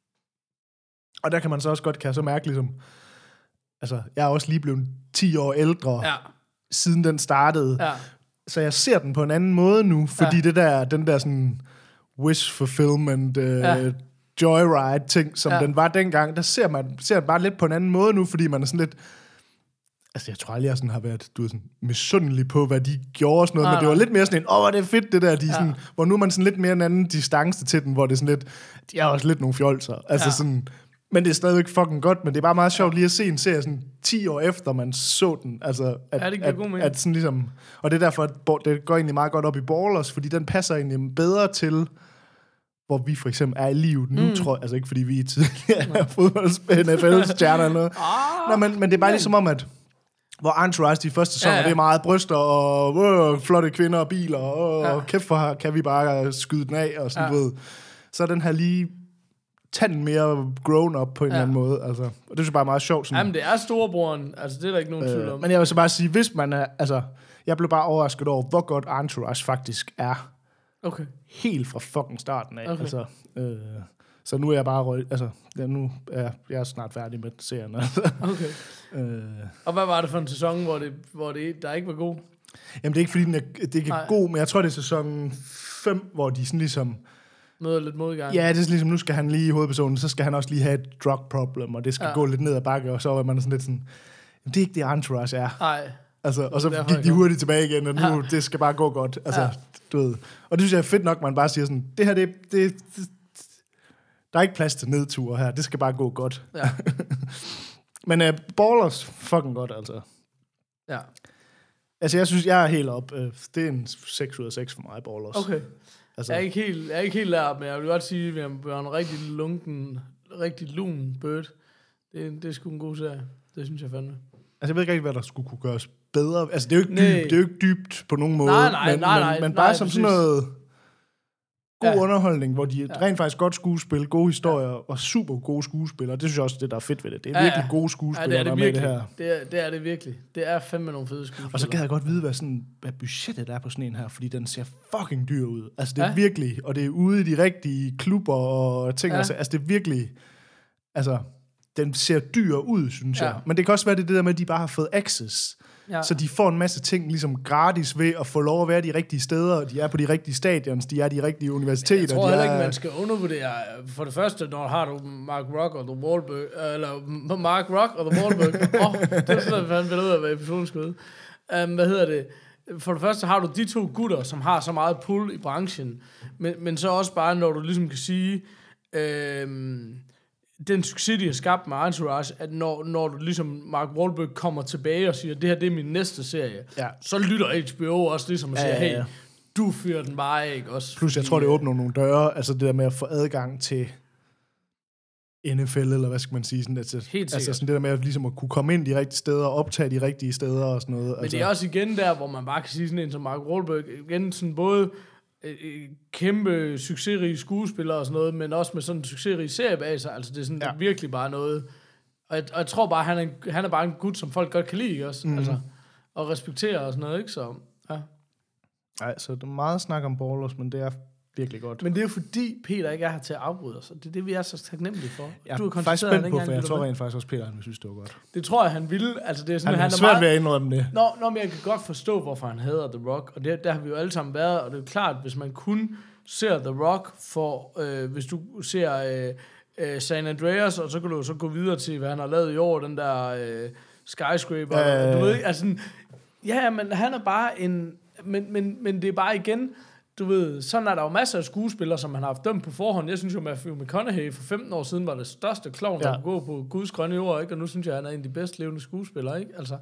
Og der kan man så også godt, kan jeg så mærke, ligesom, altså, jeg er også lige blevet ti år ældre, ja. siden den startede, ja. så jeg ser den på en anden måde nu, fordi ja. det der, den der sådan wish fulfillment, øh, ja. joyride-ting, som ja. den var dengang, der ser man ser bare lidt på en anden måde nu, fordi man er sådan lidt, altså jeg tror aldrig, jeg sådan har været, du ved, sådan misundelig på, hvad de gjorde og sådan noget, ja, men det var lidt mere sådan en, åh, oh, det er fedt det der, de ja. sådan, hvor nu er man sådan lidt mere en anden distance til den, hvor det er sådan lidt, de er også lidt nogle fjolser, altså ja. sådan, men det er stadigvæk fucking godt, men det er bare meget sjovt lige at se en serie sådan ti år efter, man så den, altså, at, ja, det at, god at sådan ligesom, og det er derfor, at det går egentlig meget godt op i Ballers, fordi den passer egentlig bedre til, hvor vi for eksempel er i livet nu, mm. tror jeg, altså ikke fordi vi er tidligere fodboldspillere, N F L-stjerner eller noget. Ah, Nå, men, men det er bare ligesom om, at hvor Entourage de første sæsoner, ja, ja. det er meget bryster og øh, flotte kvinder og biler, og øh, ja. kæft for kan vi bare skyde den af, og sådan, ja. ved. Så er den her lige tanden mere grown up på en ja. eller anden måde, altså. Og det synes jeg bare er meget sjovt. Sådan. Jamen, det er storebroren, altså det er der ikke nogen øh, tvivl om. Men jeg vil så bare sige, hvis man er, altså, jeg blev bare overrasket over, hvor godt Entourage faktisk er. Okay. Helt fra fucking starten af. Okay. Altså, øh, så nu er jeg bare røg, altså, ja, nu er jeg snart færdig med serien. Altså. Okay. øh. Og hvad var det for en sæson, hvor det, hvor det der ikke var god? Jamen, det er ikke fordi, den er, det ikke er god, men jeg tror, det er sæson fem, hvor de sådan ligesom møder lidt modgang. Ja, det er ligesom, nu skal han lige i hovedpersonen, så skal han også lige have et drug problem, og det skal ja. gå lidt ned ad bakke, og så er man sådan lidt sådan, det er ikke det, Entourage er. Nej. Altså, og så gik de hurtigt tilbage igen, og nu, ja. det skal bare gå godt. Altså, ja. du ved. Og det synes jeg er fedt nok, man bare siger sådan, det her, det, det, det der er ikke plads til nedture her, det skal bare gå godt. Ja. Men uh, Ballers, fucking godt, altså. Ja. Altså, jeg synes, jeg er helt op. Uh, det er en seks ud af seks for mig, Ballers. Okay. Altså. Jeg er ikke helt, jeg er ikke helt lært, men jeg vil godt sige, at vi har en rigtig lunken, rigtig lun bird. Det, det er sgu en god serie. Det synes jeg fandme. Altså, jeg ved ikke rigtig, hvad der skulle kunne gøres bedre. Altså, det er jo ikke, dybt, det er jo ikke dybt på nogen måde. Nej, nej, men, nej, nej. Men, men bare nej, som præcis. Sådan noget god ja. underholdning, hvor de ja. rent faktisk godt skuespil, gode historier ja. og super gode skuespillere. Det synes jeg også, det der er fedt ved det. Det er ja, virkelig gode skuespillere, ja, det er det der virkelig. Med det her. Det er, det er det virkelig. Det er fandme nogle fede skuespillere. Og så kan jeg godt vide, hvad, sådan, hvad budgettet er på sådan en her, fordi den ser fucking dyr ud. Altså, det er ja. virkelig, og det er ude i de rigtige klubber og ting. Ja. Altså, det er virkelig, altså, den ser dyr ud, synes ja. jeg. Men det kan også være det, det der med, at de bare har fået access. Ja. Så de får en masse ting ligesom gratis ved at få lov at være de rigtige steder, de er på de rigtige stadions, de er de rigtige universiteter. Jeg tror heller ikke, man skal undervurdere. For det første, når har du Mark Rock og The Wahlberg, eller Mark Rock og The Wahlberg. Åh, oh, det er sådan, at han ud af, hvad episoden skal ud. Um, hvad hedder det? For det første har du de to gutter, som har så meget pull i branchen, men, men så også bare, når du ligesom kan sige, øhm, den succes, de har skabt med Entourage, at når, når du ligesom Mark Wahlberg kommer tilbage og siger, det her det er min næste serie, ja. så lytter H B O også ligesom og siger, ja, ja, ja. hey, du fyrer den bare af, ikke også? Plus, jeg tror, det åbner nogle døre, altså det der med at få adgang til N F L, eller hvad skal man sige, sådan, altså, altså sådan det der med at, ligesom at kunne komme ind de rigtige steder, og optage de rigtige steder og sådan noget. Men altså. det er også igen der, hvor man bare kan sige sådan en som Mark Wahlberg, igen sådan både øh, kæmpe succesrige skuespillere og sådan noget, men også med sådan en succesrig serie bag sig, altså det er sådan ja. virkelig bare noget, og jeg, og jeg tror bare, han er, en, han er bare en gut, som folk godt kan lide, også, mm. altså, og respektere og sådan noget, ikke, så, ja. Nej, så det er meget snak om Ballers, men det er virkelig godt. Men det er jo fordi, Peter ikke er her til at afbryde os, og det er det, vi er så taknemmelige for. Jeg du er faktisk spændt på, for jeg tror rent faktisk også, Peter han vil synes, det var godt. Det tror jeg, han ville. Altså, det er sådan, han, han er svært meget... ved at indrømme det. Nå, nå, men jeg kan godt forstå, hvorfor han hader The Rock, og det, der har vi jo alle sammen været, og det er klart, hvis man kun ser The Rock for, øh, hvis du ser øh, øh, San Andreas, og så kan du så gå videre til, hvad han har lavet i år, den der øh, skyscraper, øh... du ved ikke, altså, ja, men han er bare en men, men, men det er bare igen, du ved, sådan er der jo masser af skuespillere, som man har haft dømt på forhånd. Jeg synes jo, Matthew McConaughey for femten år siden var det største klovn, der ja. kunne gå på Guds grønne jord, ikke? Og nu synes jeg, han er en af de bedst levende skuespillere, ikke? Altså,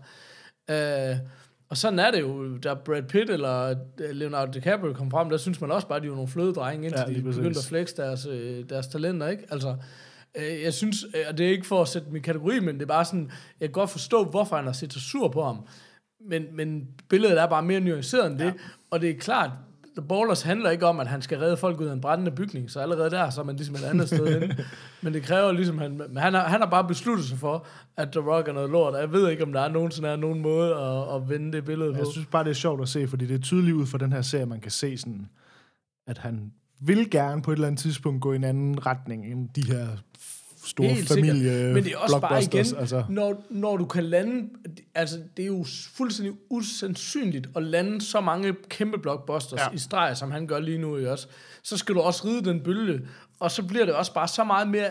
øh, og sådan er det jo, da Brad Pitt eller Leonardo DiCaprio kom frem, der synes man også bare, at de var nogle flødedrenge, indtil ja, de begyndte at flexe deres, deres talenter, ikke? Altså, øh, jeg synes, og det er ikke for at sætte min kategori, men det er bare sådan, jeg kan godt forstå, hvorfor han har set så sur på ham. Men, men billedet er bare mere nuanceret end det, ja. Og det er klart, The Ballers handler ikke om, at han skal redde folk ud af en brændende bygning, så allerede der, så er man ligesom et andet sted hen. Men det kræver ligesom, han, han, har, han har bare besluttet sig for, at The Rock er noget lort, og jeg ved ikke, om der er nogensinde er nogen måde at, at vende det billede på. Jeg synes bare, det er sjovt at se, fordi det er tydeligt ud fra den her serie, man kan se sådan, at han vil gerne på et eller andet tidspunkt gå i en anden retning end de her store familie. Men det er også bare igen, altså. når, når du kan lande, altså det er jo fuldstændig usandsynligt at lande så mange kæmpe blockbusters ja. i streg, som han gør lige nu i os, så skal du også ride den bølge, og så bliver det også bare så meget mere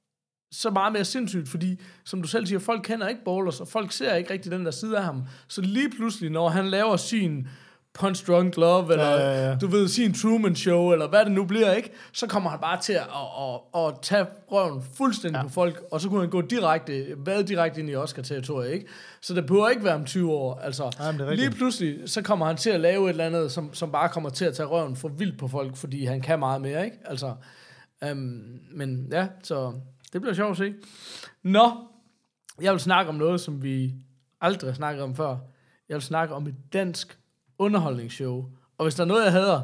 så meget mere sindssygt, fordi, som du selv siger, folk kender ikke Ballers, og folk ser ikke rigtig den der side af ham. Så lige pludselig, når han laver sin Punch Drunk Love, eller ja, ja, ja. du ved, sin Truman Show, eller hvad det nu bliver, ikke? Så kommer han bare til at, at, at, at tage røven fuldstændig ja. på folk, og så kunne han gå direkte, hvad direkte ind i Oscar-territoriet, ikke? Så det behøver ikke være om tyve år, altså. Ja, lige pludselig, så kommer han til at lave et eller andet, som, som bare kommer til at tage røven for vildt på folk, fordi han kan meget mere, ikke? Altså, øhm, men ja, så det bliver sjovt at se. Nå, jeg vil snakke om noget, som vi aldrig har snakket om før. Jeg vil snakke om et dansk underholdningsshow. Og hvis der er noget, jeg hader,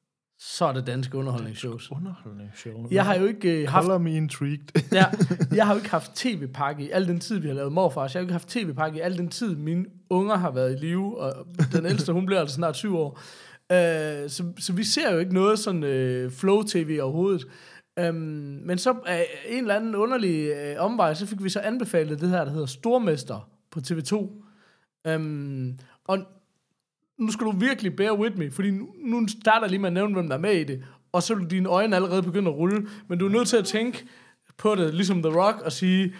så er det danske underholdningsshows. Underholdningsshow? Jeg har jo ikke uh, haft... Color me intrigued. ja, jeg har jo ikke haft tv-pakke i al den tid, vi har lavet Morfars. Jeg har jo ikke haft tv-pakke i al den tid, mine unger har været i live, og den ældste, hun bliver altså snart syv år. Uh, så, så vi ser jo ikke noget sådan uh, flow-tv overhovedet. Um, men så af uh, en eller anden underlig uh, omvej, så fik vi så anbefalet det her, der hedder Stormester på T V to. Um, og nu skal du virkelig bear with me, fordi nu, nu starter jeg lige med at nævne, hvem der er med i det, og så vil dine øjne allerede begynde at rulle, men du er nødt til at tænke på det, ligesom The Rock, og sige,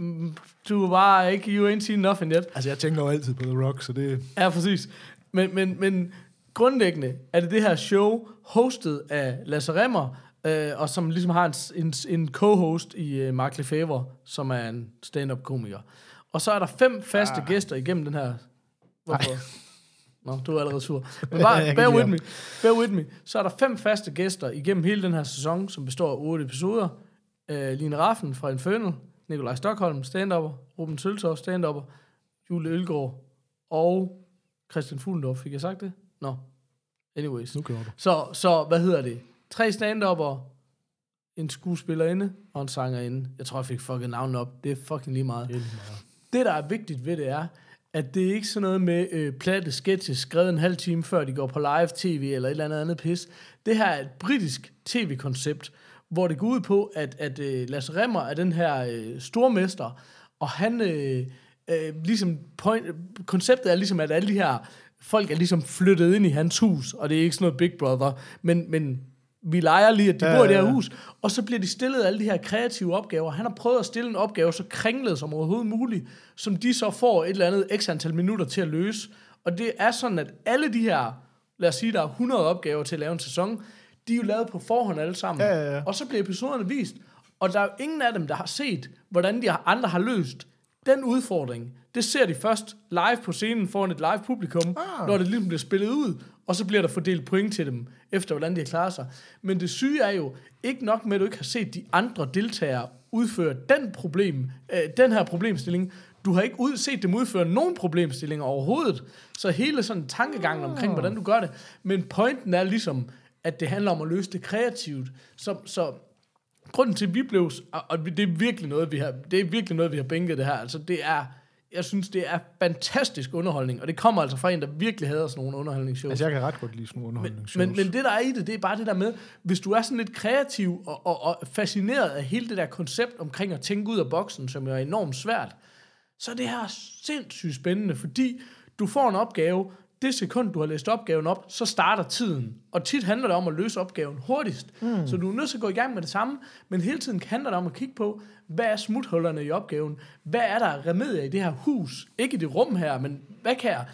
du er bare ikke, you ain't seen nothing yet. Altså, jeg tænker jo altid på The Rock, så det... Ja, præcis. Men, men, men grundlæggende er det det her show, hostet af Lasse Rimmer, øh, og som ligesom har en, en, en co-host i øh, Mark Lefebvre, som er en stand-up komiker. Og så er der fem faste ah. gæster igennem den her... Hvorfor? Ej. Nå, du er allerede sur. Men bare, bear with me. Bear with me. Så er der fem faste gæster igennem hele den her sæson, som består af otte episoder. Øh, Line Raffen fra Infernal, Nikolaj Stockholm, stand-upper, Ruben Søltoft, stand-upper, Julie Ølgaard og Christian Fuglendorf. Fik jeg sagt det? Nå. Anyways. Nu kører du. Så, så, hvad hedder det? Tre stand-upper, en skuespillerinde og en sangerinde. Jeg tror, jeg fik fucking navnet op. Det er fucking lige meget. Det, er lige meget. Det, der er vigtigt ved det, er, at det er ikke sådan noget med øh, platte sketches, skrevet en halv time før de går på live-tv eller et eller andet andet pis. Det her er et britisk tv-koncept, hvor det går ud på, at, at øh, Lasse Rimmer er den her øh, stormester, og han øh, øh, ligesom, point, konceptet er ligesom, at alle de her folk er ligesom flyttet ind i hans hus, og det er ikke sådan noget Big Brother, men, men vi leger lige, at de ja, bor i det her hus, og så bliver de stillet alle de her kreative opgaver. Han har prøvet at stille en opgave så kringlet som overhovedet muligt, som de så får et eller andet x antal minutter til at løse. Og det er sådan, at alle de her, lad os sige, der er hundrede opgaver til at lave en sæson, de er jo lavet på forhånd alle sammen. Ja, ja, ja. Og så bliver episoderne vist, og der er jo ingen af dem, der har set, hvordan de andre har løst den udfordring. Det ser de først live på scenen foran et live publikum, ah. når det ligesom bliver spillet ud, og så bliver der fordelt point til dem, efter hvordan de har klaret sig. Men det syge er jo ikke nok med, at du ikke har set de andre deltagere udføre den, problem, øh, den her problemstilling. Du har ikke ud, set dem udføre nogen problemstillinger overhovedet. Så hele sådan tankegangen omkring, hvordan du gør det. Men pointen er ligesom, at det handler om at løse det kreativt. Så, så grunden til, at vi blev... Og det er virkelig noget, vi har, det er virkelig noget, vi har bænket det her. Altså, det er... Jeg synes, det er fantastisk underholdning, og det kommer altså fra en, der virkelig hader sådan nogle underholdningsshows. Altså, jeg kan ret godt lide sådan nogle underholdningsshows. Men, men, men det, der er i det, det er bare det der med, hvis du er sådan lidt kreativ og, og, og fascineret af hele det der koncept omkring at tænke ud af boksen, som jo er enormt svært, så er det her sindssygt spændende, fordi du får en opgave, det sekund, du har læst opgaven op, så starter tiden. Og tit handler det om at løse opgaven hurtigst. Mm. Så du er nødt til at gå i gang med det samme, men hele tiden handler det om at kigge på, hvad er smuthullerne i opgaven? Hvad er der remedier i det her hus? Ikke i det rum her, men hvad kan jeg,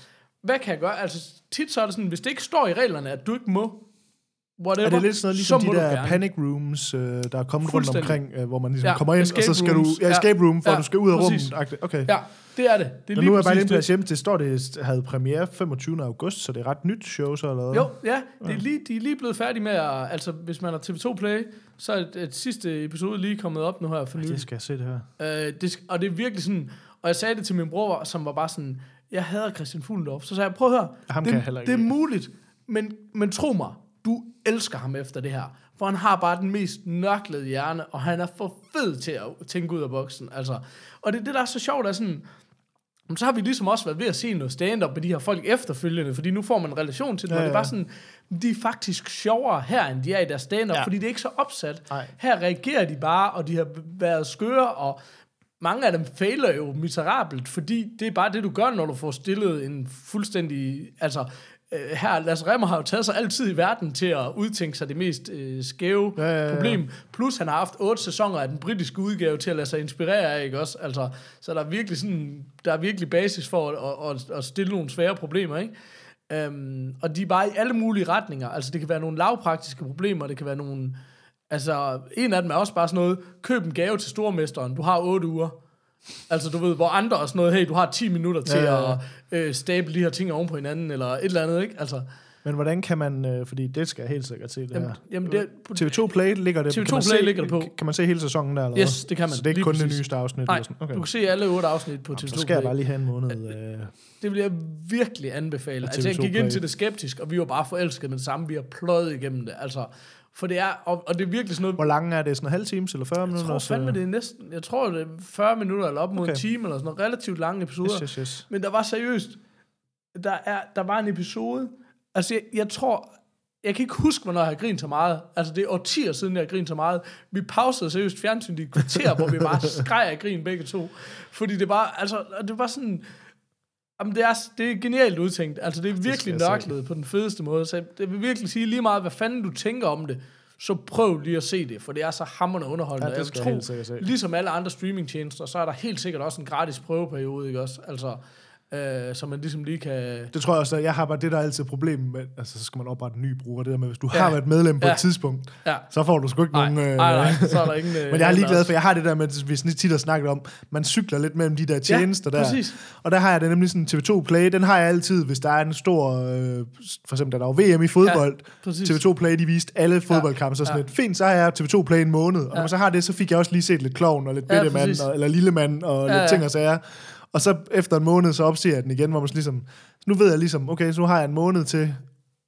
hvad kan jeg gøre? Altså, tit så er det sådan, hvis det ikke står i reglerne, at du ikke må, whatever, er det lidt sådan noget, ligesom de der panic rooms, øh, der er kommet rundt omkring, øh, hvor man ligesom ja, kommer ind, og så skal rooms. du... Ja, escape room, for ja, du skal ud af præcis. rummet. Okay. Ja, det er det. Det er nu er jeg bare lige på hjemme, det står, det havde premiere femogtyvende august, så det er ret nyt show, så eller Jo, ja, det er lige, de er lige blevet færdige med at... Altså, hvis man har T V to Play, så er et, et sidste episode lige kommet op nu her for nylig. Det skal jeg se, det her. Øh, det, og det er virkelig sådan... Og jeg sagde det til min bror, som var bare sådan... Jeg hader Christian Fuglendorf. Så sagde jeg, prøv at høre. Ham det, kan jeg heller ikke. Det er muligt, men, men tro mig, du elsker ham efter det her. For han har bare den mest nørklede hjerne, og han er for fed til at tænke ud af boksen. Altså. Og det er det, der er så sjovt, er sådan... Så har vi ligesom også været ved at se noget stand-up med de her folk efterfølgende, fordi nu får man en relation til dem, ja, ja. Og det er bare sådan, de er faktisk sjovere her, end de er i deres stand-up, ja. Fordi det er ikke så opsat. Nej. Her reagerer de bare, og de har været skøre, og mange af dem fejler jo miserabelt, fordi det er bare det, du gør, når du får stillet en fuldstændig... Altså, her, Lasse Remmer har jo taget sig altid i verden til at udtænke sig det mest øh, skæve ja, ja, ja. problem. Plus han har haft otte sæsoner af den britiske udgave til at lade sig inspirere af, ikke også? Altså, så der er virkelig sådan, der er virkelig basis for at, at, at stille nogle svære problemer, ikke? Um, og de er bare i alle mulige retninger. Altså, det kan være nogle lavpraktiske problemer, det kan være nogle... Altså, en af dem er også bare sådan noget, køb en gave til stormesteren, du har otte uger. Altså, du ved, hvor andre er sådan noget, hey, du har ti minutter til ja, ja, ja. at øh, stable de her ting oven på hinanden, eller et eller andet, ikke? Altså. Men hvordan kan man, øh, fordi det skal jeg helt sikkert se, det jamen, her. Jamen, det, T V to Play ligger det, T V to kan man Play se, ligger det på. Kan man se hele sæsonen der, eller yes, hvad? Det kan man. Så det er ikke kun præcis. det nyeste afsnit? Nej, eller sådan. Okay. Du kan se alle otte afsnit på T V to Play. Så skal jeg bare lige have en måned. Øh, det vil jeg virkelig anbefale. Altså, jeg gik ind til det skeptisk, og vi var bare forelskede med det samme. Vi har pløjet igennem det, altså... For det er, og, og det er virkelig sådan noget... Hvor lang er det? Sådan en halv time eller fyrre minutter? Jeg tror fandme, det er næsten... Jeg tror, det er fyrre minutter eller op mod okay. en time eller sådan noget. Relativt lange episoder. Yes, yes, yes. Men der var seriøst... Der, er, der var en episode... Altså, jeg, jeg tror... Jeg kan ikke huske, hvornår jeg har grint så meget. Altså, det er årtier siden, jeg har grint så meget. Vi pausede seriøst fjernsyn i et kvarter, hvor vi bare skreg af grin begge to. Fordi det bare... Altså, det var sådan... Jamen, det er, det er genialt udtænkt. Altså, det er virkelig nørklet på den fedeste måde. Så det vil virkelig sige lige meget, hvad fanden du tænker om det, så prøv lige at se det, for det er så hamrende underholdende. Ja, det skal jeg tro, jeg ligesom alle andre streamingtjenester, så er der helt sikkert også en gratis prøveperiode, ikke også? Altså, øh, så man ligesom lige kan... Det tror jeg også, at jeg har bare det, der er altid problemet med, altså så skal man oprette en ny bruger, det der med, hvis du ja. har været medlem på ja. et tidspunkt, ja. så får du sgu ikke nej. nogen... Øh, nej, nej, så er der ingen... Men jeg er lige glad for, jeg har det der med, vi tit har snakket om, man cykler lidt mellem de der tjenester ja, der. Præcis. Og der har jeg det nemlig sådan, T V to Play, den har jeg altid, hvis der er en stor... Øh, for eksempel, da der var V M i fodbold, ja, T V to Play, de viste alle fodboldkampe, så sådan ja. lidt, fint, så har jeg T V to Play en måned, og ja. når man så har det, så fik jeg også lige set lidt Klovn, og lidt ja, Bittemand, og, eller Lillemand, og ja, lidt ting og sager. Og så efter en måned, så opsiger jeg den igen, hvor man ligesom, nu ved jeg ligesom, okay, så nu har jeg en måned til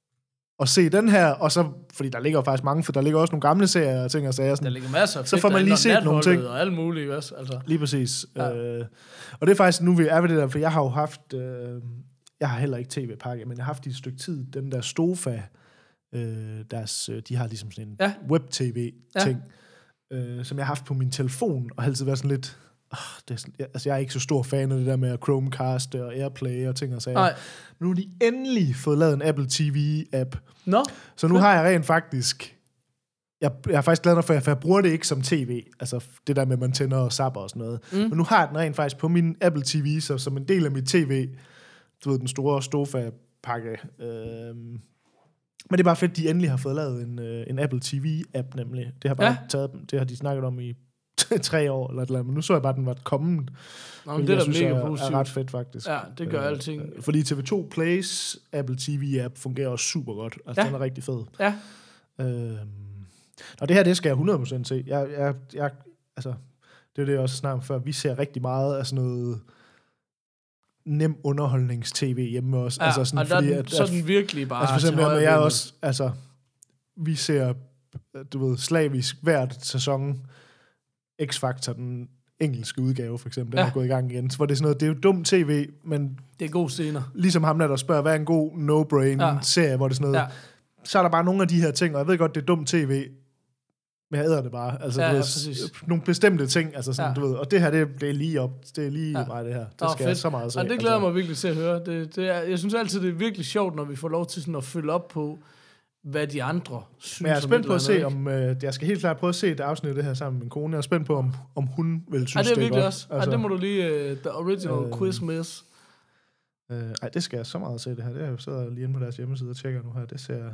at se den her, og så, fordi der ligger jo faktisk mange, for der ligger også nogle gamle serier og ting og sager. Sådan, der ligger masser af så får man lige set nogle ting. Og alt muligt også, altså. Lige præcis. Ja. Øh, og det er faktisk, nu er vi det der, for jeg har jo haft, øh, jeg har heller ikke tv-pakke, men jeg har haft i et stykke tid, den der Stofa, øh, deres, de har ligesom sådan en ja. web-tv-ting, ja. øh, som jeg har haft på min telefon, og altid været sådan lidt... Oh, det er sådan, jeg, altså jeg er ikke så stor fan af det der med Chromecast og Airplay og ting og sager. Nu har de endelig fået lavet en Apple T V-app. No. Så nu har jeg rent faktisk... Jeg, jeg er faktisk glad nok for, at jeg bruger det ikke som tv. Altså det der med, at man tænder og zapper og sådan noget. Mm. Men nu har jeg den rent faktisk på min Apple T V, så som en del af mit tv. Du ved, den store Stofa-pakke. Øhm. Men det er bare fedt, at de endelig har fået lavet en, øh, en Apple T V-app nemlig. Det har bare ja. taget dem. Det har de snakket om i tre år eller et eller andet, men nu så jeg bare, at den var kommet. Nå, det er da mega positivt. Er ret fedt, faktisk. Ja, det gør øh, alting. Fordi T V to Plays Apple T V-app fungerer også super godt. Altså, ja. den er rigtig fed. Ja. Øhm, og det her, det skal jeg hundrede procent se. Jeg, jeg, jeg, altså, det er det, jeg også snart før. Vi ser rigtig meget af sådan noget nem underholdnings-tv hjemme også. Ja, altså sådan, og der fordi, den, at, så er den virkelig bare... Altså for eksempel, når jeg også... Altså, vi ser, du ved, slavisk hvert sæson... X-Factor, den engelske udgave, for eksempel, den ja. er gået i gang igen. Så var det sådan noget, det er jo dumt tv, men... Det er gode scener. Ligesom ham der, der spørger, hvad er en god no-brain-serie, ja. hvor det er sådan noget... Ja. Så er der bare nogle af de her ting, og jeg ved godt, det er dumt tv, men jeg æder det bare. Altså, ja, du ja, ved, nogle bestemte ting, altså sådan, ja. du ved, og det her, det, det er lige op, det er lige ja. mig, det her. Det oh, skal fedt. Jeg så meget se. Og det glæder altså. mig virkelig til at høre. Det, det er, jeg synes altid, det er virkelig sjovt, når vi får lov til sådan at følge op på, hvad de andre synes. Men jeg er spændt på at se, om... Øh, jeg skal helt klart prøve at se et afsnit af det her sammen med min kone. Jeg er spændt på, om, om hun vil synes, det er det er virkelig godt. også. Altså, det må du lige... Uh, the original uh, quiz miss. Øh, ej, det skal jeg så meget se det her. Det er jo sidder lige inde på deres hjemmeside og tjekker nu her. Det ser...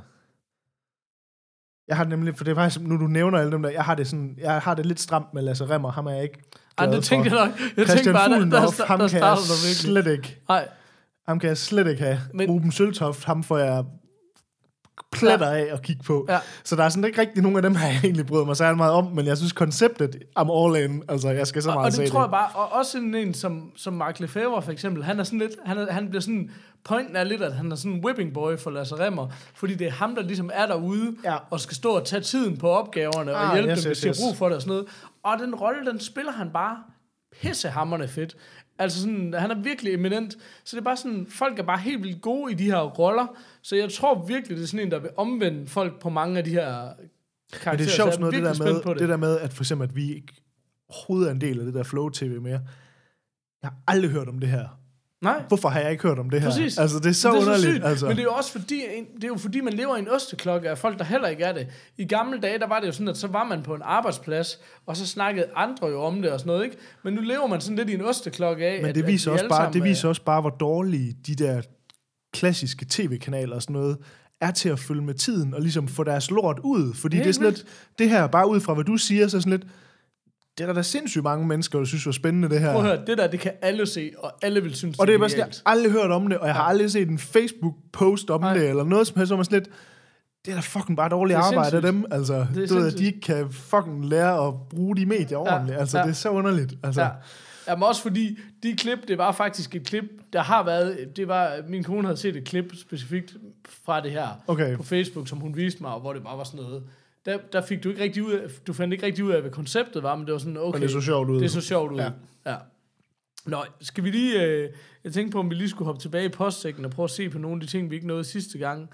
Jeg har det nemlig, for det er faktisk, nu du nævner alle dem der, jeg har det sådan, jeg har det lidt stramt med Lasse Remmer, ham er jeg ikke glad for. Ej, det tænkte jeg nok. Jeg Christian bare, Fuglendorf, der, der, ham der kan jeg slet ikke. Nej. Ham kan jeg slet ikke have. Men, Ruben Søltoft, ham får jeg pletter ja. af at kigge på. Ja. Så der er sådan ikke rigtig nogen af dem, her jeg egentlig bryder mig særlig meget om, men jeg synes konceptet, I'm all in, altså jeg skal så meget og, og det se det. tror det. jeg bare, og også en, en som, som Mark Lefebvre for eksempel, han er sådan lidt, han, er, han bliver sådan, pointen er lidt, at han er sådan en whipping boy for Lasse Remmer, fordi det er ham, der ligesom er derude, ja. og skal stå og tage tiden på opgaverne, ah, og hjælpe yes, dem, hvis de yes. har brug for det og sådan noget. Og den rolle, den spiller han bare pissehammerende fedt. Altså sådan, han er virkelig eminent, så det er bare sådan, folk er bare helt vildt gode i de her roller, så jeg tror virkelig, det er sådan en, der vil omvende folk på mange af de her karakterer. Men det er sjovt noget, det der, med, det. det der med, at for eksempel, at vi ikke overhovedet er en del af det der Flow-tv mere. Jeg har aldrig hørt om det her. Nej. Hvorfor har jeg ikke hørt om det her? Præcis. Altså, det er så det er underligt. Så altså. Men det er jo også fordi, det er jo fordi, man lever i en osteklokke af folk, der heller ikke er det. I gamle dage, der var det jo sådan, at så var man på en arbejdsplads, og så snakkede andre jo om det og sådan noget, ikke? Men nu lever man sådan lidt i en osteklokke af, Men det at, viser, at også, bare, det viser også bare, hvor dårlige de der klassiske tv-kanaler og sådan noget er til at følge med tiden, og ligesom få deres lort ud. Fordi det er sådan lidt, det her, bare ud fra hvad du siger, så sådan lidt, det er der da sindssygt mange mennesker, der synes var spændende, det her. Prøv at høre, det der, det kan alle se, og alle vil synes, og det er bare sådan, jeg har aldrig hørt om det, og jeg har aldrig set en Facebook-post om Nej. det, eller noget som helst, som er sådan lidt, det er da fucking bare dårligt arbejde af dem, altså. Du ved, at de ikke kan fucking lære at bruge de medier ordentligt, ja. altså, ja. det er så underligt, altså. Ja. Jamen også fordi, de klip, det var faktisk et klip, der har været, det var, min kone havde set et klip specifikt fra det her, okay. på Facebook, som hun viste mig, hvor det bare var sådan noget, Der, der fik du ikke rigtig ud af, du fandt ikke rigtig ud af, hvad konceptet var, men det var sådan, okay. Men det så sjovt ud. Det så sjovt ud, ja. ja. Nå, skal vi lige, øh, jeg tænkte på, om vi lige skulle hoppe tilbage i postsækken og prøve at se på nogle af de ting, vi ikke nåede sidste gang.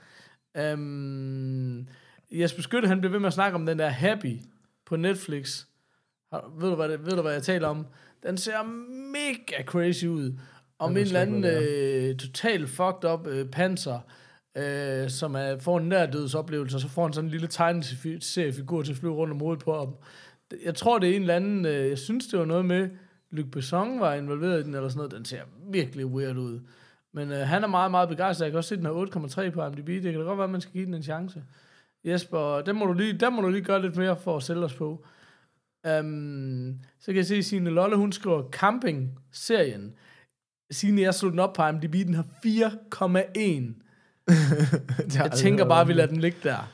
Um, Jesper Skytte, han blev ved med at snakke om den der Happy på Netflix. Har, ved, du, hvad det, ved du, hvad jeg taler om? Den ser mega crazy ud. Om en eller anden øh, totalt fucked up øh, panser, Øh, som er, får en nærdødsoplevelse, og så får han sådan en lille tegneseriefigur til at flyve rundt om hovedet på ham. Jeg tror, det er en eller anden, øh, jeg synes, det var noget med, Luc Besson var involveret i den, eller sådan noget. Den ser virkelig weird ud. Men øh, han er meget, meget begejstret. Jeg kan også se, den har otte komma tre på I M D B. Det kan da godt være, at man skal give den en chance. Jesper, den må du lige, der må du lige gøre lidt mere for at sælge os på. Um, så kan jeg se, Signe Lolle, hun skriver Camping-serien. Signe, jeg slog den op på I M D B, den har fire komma en. Jeg tænker bare, at vi lader den ligge der.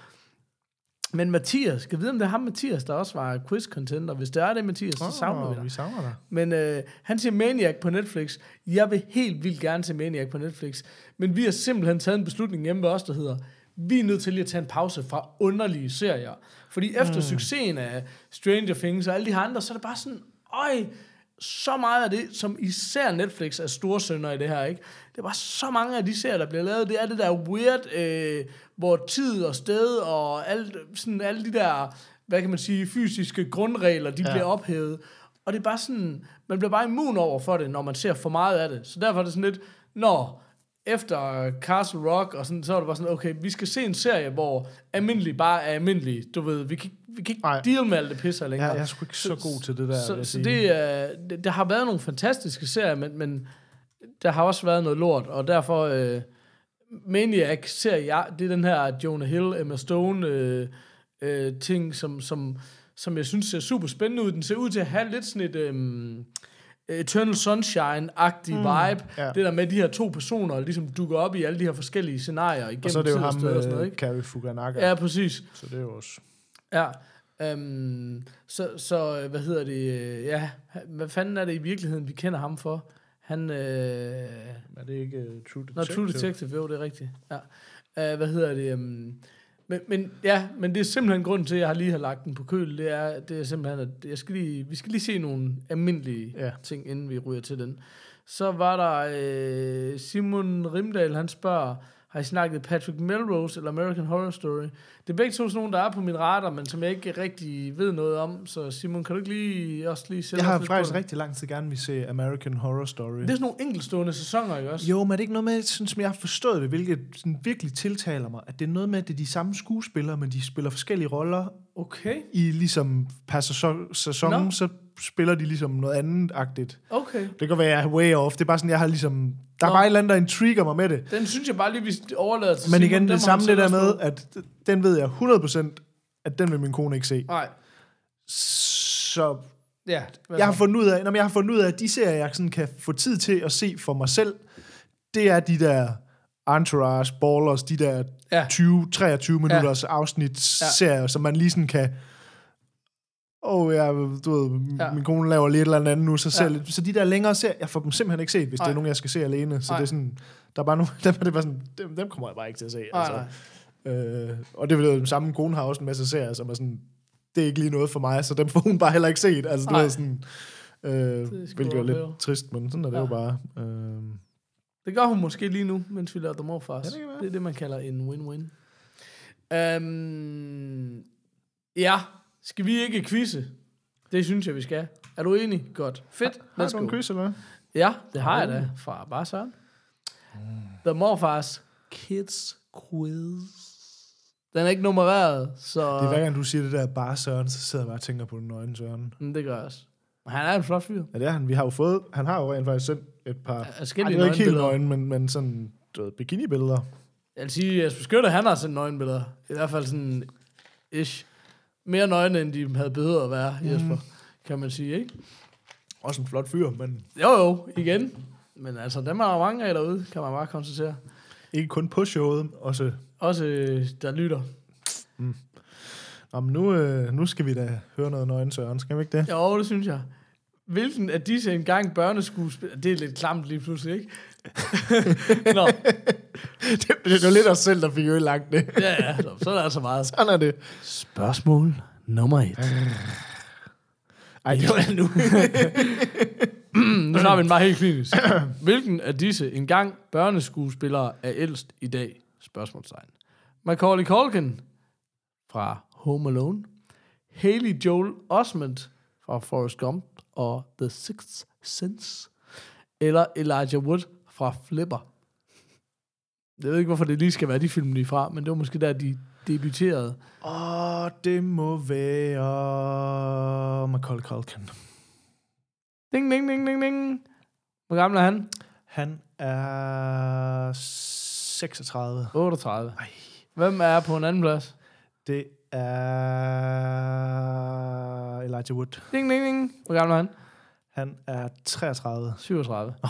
Men Mathias, skal vi vide, om det er ham Mathias, der også var quiz-contender? Hvis det er det, Mathias, så savner oh, vi dig. Vi savner dig. Men øh, han siger Maniac på Netflix. Jeg vil helt vildt gerne se Maniac på Netflix. Men vi har simpelthen taget en beslutning hjemme ved os, der hedder, vi er nødt til lige at tage en pause fra underlige serier. Fordi efter mm. succesen af Stranger Things og alle de her andre, så er det bare sådan, øj, så meget af det, som især Netflix er storsønder i det her, ikke? Det var så mange af de serier, der bliver lavet. Det er det der weird, øh, hvor tid og sted og alt, sådan, alle de der, hvad kan man sige, fysiske grundregler, de ja. bliver ophævet. Og det er bare sådan, man bliver bare immun over for det, når man ser for meget af det. Så derfor er det sådan lidt, når efter Castle Rock, og sådan, så er det bare sådan, okay, vi skal se en serie, hvor almindelig bare er almindelig. Du ved, vi kan, vi kan ikke Ej. deal med alt det pisser længere. Ja, jeg er sgu ikke så, så god til det der. Så, så det, uh, det, der har været nogle fantastiske serier, men, men der har også været noget lort, og derfor uh, Maniac ser jeg, det er den her Jonah Hill, Emma Stone uh, uh, ting, som, som, som jeg synes ser super spændende ud. Den ser ud til at have lidt sådan et Um, Eternal Sunshine-agtig mm, vibe. Ja. Det der med de her to personer, ligesom dukker op i alle de her forskellige scenarier igennem tid og så er det jo ham, og sådan noget, ikke? Cary Fukunaga. Ja, præcis. Så det er jo også... Ja. Um, så, så, hvad hedder det? Ja, hvad fanden er det i virkeligheden, vi kender ham for? Han... Øh, er det ikke uh, True Detective? Nå, True Detective, jo, det er rigtigt. Ja. Uh, hvad hedder det? Um, Men, men ja, men det er simpelthen grunden til, at jeg har lige har lagt den på køl. Det er, det er simpelthen, at jeg skal lige, vi skal lige se nogle almindelige ja. ting, inden vi ryger til den. Så var der øh, Simon Rimdal, han spørger, har I snakket Patrick Melrose eller American Horror Story? Det er begge to sådan nogle, der er på min radar, men som jeg ikke rigtig ved noget om. Så Simon, kan du ikke lige, også lige sætte Jeg har faktisk rigtig lang tid gerne vil se American Horror Story. Det er sådan nogle enkeltstående sæsoner, ikke også? Jo, men er det ikke noget med, sådan, som jeg har forstået det, hvilket sådan virkelig tiltaler mig, at det er noget med, at det er de samme skuespillere, men de spiller forskellige roller. Okay. I ligesom per sæson, sæson så spiller de ligesom noget andet-agtigt. Okay. Det kan være, jeg er way off. Det er bare sådan, jeg har ligesom... Der er Nå. bare et eller andet, der intriger mig med det. Den synes jeg bare lige, vi overlader til Men igen, Simon, det samme det der med, at den ved jeg hundrede procent, at den vil min kone ikke se. Nej. Så... Ja, jeg har fundet ud af, når jeg har fundet ud af, at de serier, jeg sådan kan få tid til at se for mig selv, det er de der Entourage, Ballers, de der ja. tyve til treogtyve minutters ja. afsnitsserier, ja. som man lige sådan kan... Åh, oh, ja, du ved, ja. min kone laver lidt eller andet nu, så ser ja. lidt. Så de der længere serier, jeg får dem simpelthen ikke set, hvis Ej. det er nogen, jeg skal se alene. Så Ej. det er sådan, der er bare nogle, dem, det er bare sådan, dem, dem kommer jeg bare ikke til at se. Ej, altså. øh, og det er jo den samme, kone har også en masse serier, som er sådan, det er ikke lige noget for mig, så dem får hun bare heller ikke set. Altså, du ved sådan, øh, hvilket er lidt jo. trist, men sådan er det ja. jo bare. Øh. Det gør hun måske lige nu, mens vi laver The Morfars. Ja, det, det er det, man kalder en win-win. Um, ja, skal vi ikke quizze? Det synes jeg, vi skal. Er du enig? Godt. Fedt. Har, har du en quiz, eller hvad? Ja, det har jeg da. Fra bare Søren. Mm. The Morfars Kids Quiz. Den er ikke nummereret, så... Det er hver gang, du siger det der bare Søren, så sidder jeg bare og tænker på den nøgne Søren. Mm, det gør jeg også. Han er en flot fyr. Ja, det er han. Vi har jo fået... Han har jo rent faktisk sendt et par... Ja, ej, det er ikke helt nøgne, men, men sådan... Du ved, bikini-billeder. Jeg vil sige, at Jesper Skytte, han har sendt nøgenbilleder. I hvert fald sådan... Ish. Mere nøgne, end de havde behøvet at være, Jesper. Mm. Kan man sige, ikke? Også en flot fyr, men... Jo, jo. Igen. Men altså, dem er der mange af derude, kan man bare konstatere. Ikke kun på showet, også... Også der lytter. Mm. Nå, men nu, øh, nu skal vi da høre noget nøgen, Søren. Skal vi ikke det? Jo, det synes jeg. Hvilken af disse engang børneskuespillere... Det er lidt klamt lige pludselig, ikke? Nå. det, det er jo lidt os selv, der fik ødelagt det. ja, ja. Så er der altså meget. Sådan er det. Spørgsmål nummer et. Ej, det var nu. Nu tager vi den bare helt klinisk. Hvilken af disse engang børneskuespillere er ældst i dag? Spørgsmålstegn. Macaulay Culkin fra Home Alone. Haley Joel Osment fra Forrest Gump og The Sixth Sense. Eller Elijah Wood fra Flipper. Jeg ved ikke, hvorfor det lige skal være de film, de er fra, men det var måske der, de debuterede. Åh, oh, det må være Macaulay Culkin. Ding, ding, ding, ding, ding. Hvor gammel er han? Han er seksogtredive. otteogtredive. Ej. Hvem er på en anden plads? Det er Elijah Wood. Ding, ding, ding. Hvor gammel er han? Han er treogtredive. syvogtredive. Oh.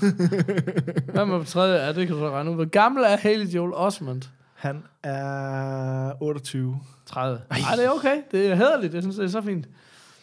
Hvem er på tredje? Ja, det kan du så regne ud. Hvor gammel er Haley Joel Osment? Han er otteogtyve. tredive. Nej, det er okay. Det er hæderligt. Jeg synes, det er så fint.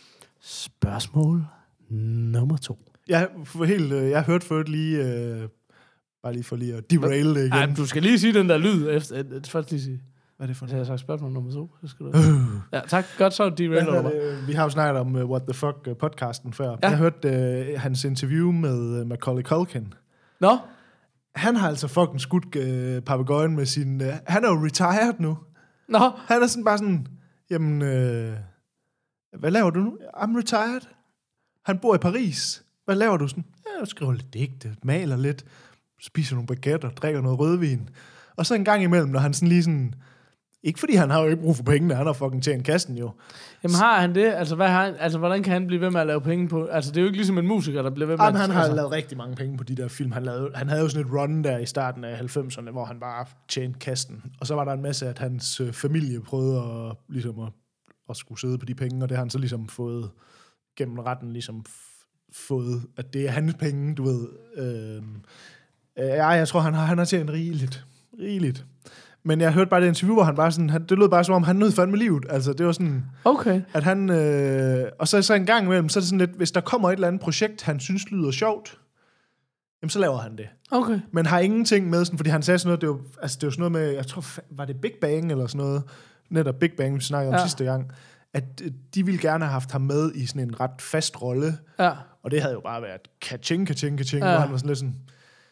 Spørgsmål nummer to. Jeg, for helt, jeg har hørt før lige... Øh, bare lige for lige at derail det igen. Ej, du skal lige sige den der lyd efter. Først lige sige. Hvad er det for noget? Jeg har sagt spørgsmål nummer to. Så skal du... ja, tak. Godt, så derailer du mig. Vi har jo snakket om uh, What the Fuck-podcasten før. Ja. Jeg har hørt uh, hans interview med uh, Macaulay Culkin. Nå? Han har altså fucking skudt uh, papegøjen med sin... Uh, han er jo retired nu. Nå? Han er sådan bare sådan... Jamen... Uh, hvad laver du nu? I'm retired. Han bor i Paris. Hvad laver du sådan? Jeg skriver lidt digte, maler lidt, spiser nogle baguetter, drikker noget rødvin. Og så en gang imellem, når han sådan lige sådan... Ikke fordi han har jo ikke brug for pengene, han har fucking tjent kassen jo. Jamen har han det? Altså, hvad har han, altså hvordan kan han blive ved med at lave penge på? Altså det er jo ikke ligesom en musiker, der bliver ved med Jamen, at... han har altså. lavet rigtig mange penge på de der film. Han, lavede, han havde jo sådan et run der i starten af halvfemserne, hvor han bare tjente kassen. Og så var der en masse, at hans øh, familie prøvede at, ligesom at, at skulle sidde på de penge, og det har han så ligesom fået gennem retten ligesom f- fået, at det er hans penge, du ved. Øh, øh, ja, jeg tror, han har, han har tjent rigeligt. Rigeligt. Men jeg hørte bare det interview, hvor han bare sådan, han, det lød bare som om, han nød fandme livet. Altså, det var sådan, okay. At han, øh, og så, så en gang imellem, så er det sådan lidt, hvis der kommer et eller andet projekt, han synes lyder sjovt, jamen så laver han det. Okay. Men har ingenting med sådan, fordi han sagde sådan noget, det var, altså det var sådan noget med, jeg tror, var det Big Bang eller sådan noget, netop Big Bang, vi snakkede om ja. sidste gang, at de ville gerne have haft ham med i sådan en ret fast rolle. Ja. Og det havde jo bare været ka-ching, ka-ching, ka-ching, ja. Hvor han var sådan lidt sådan,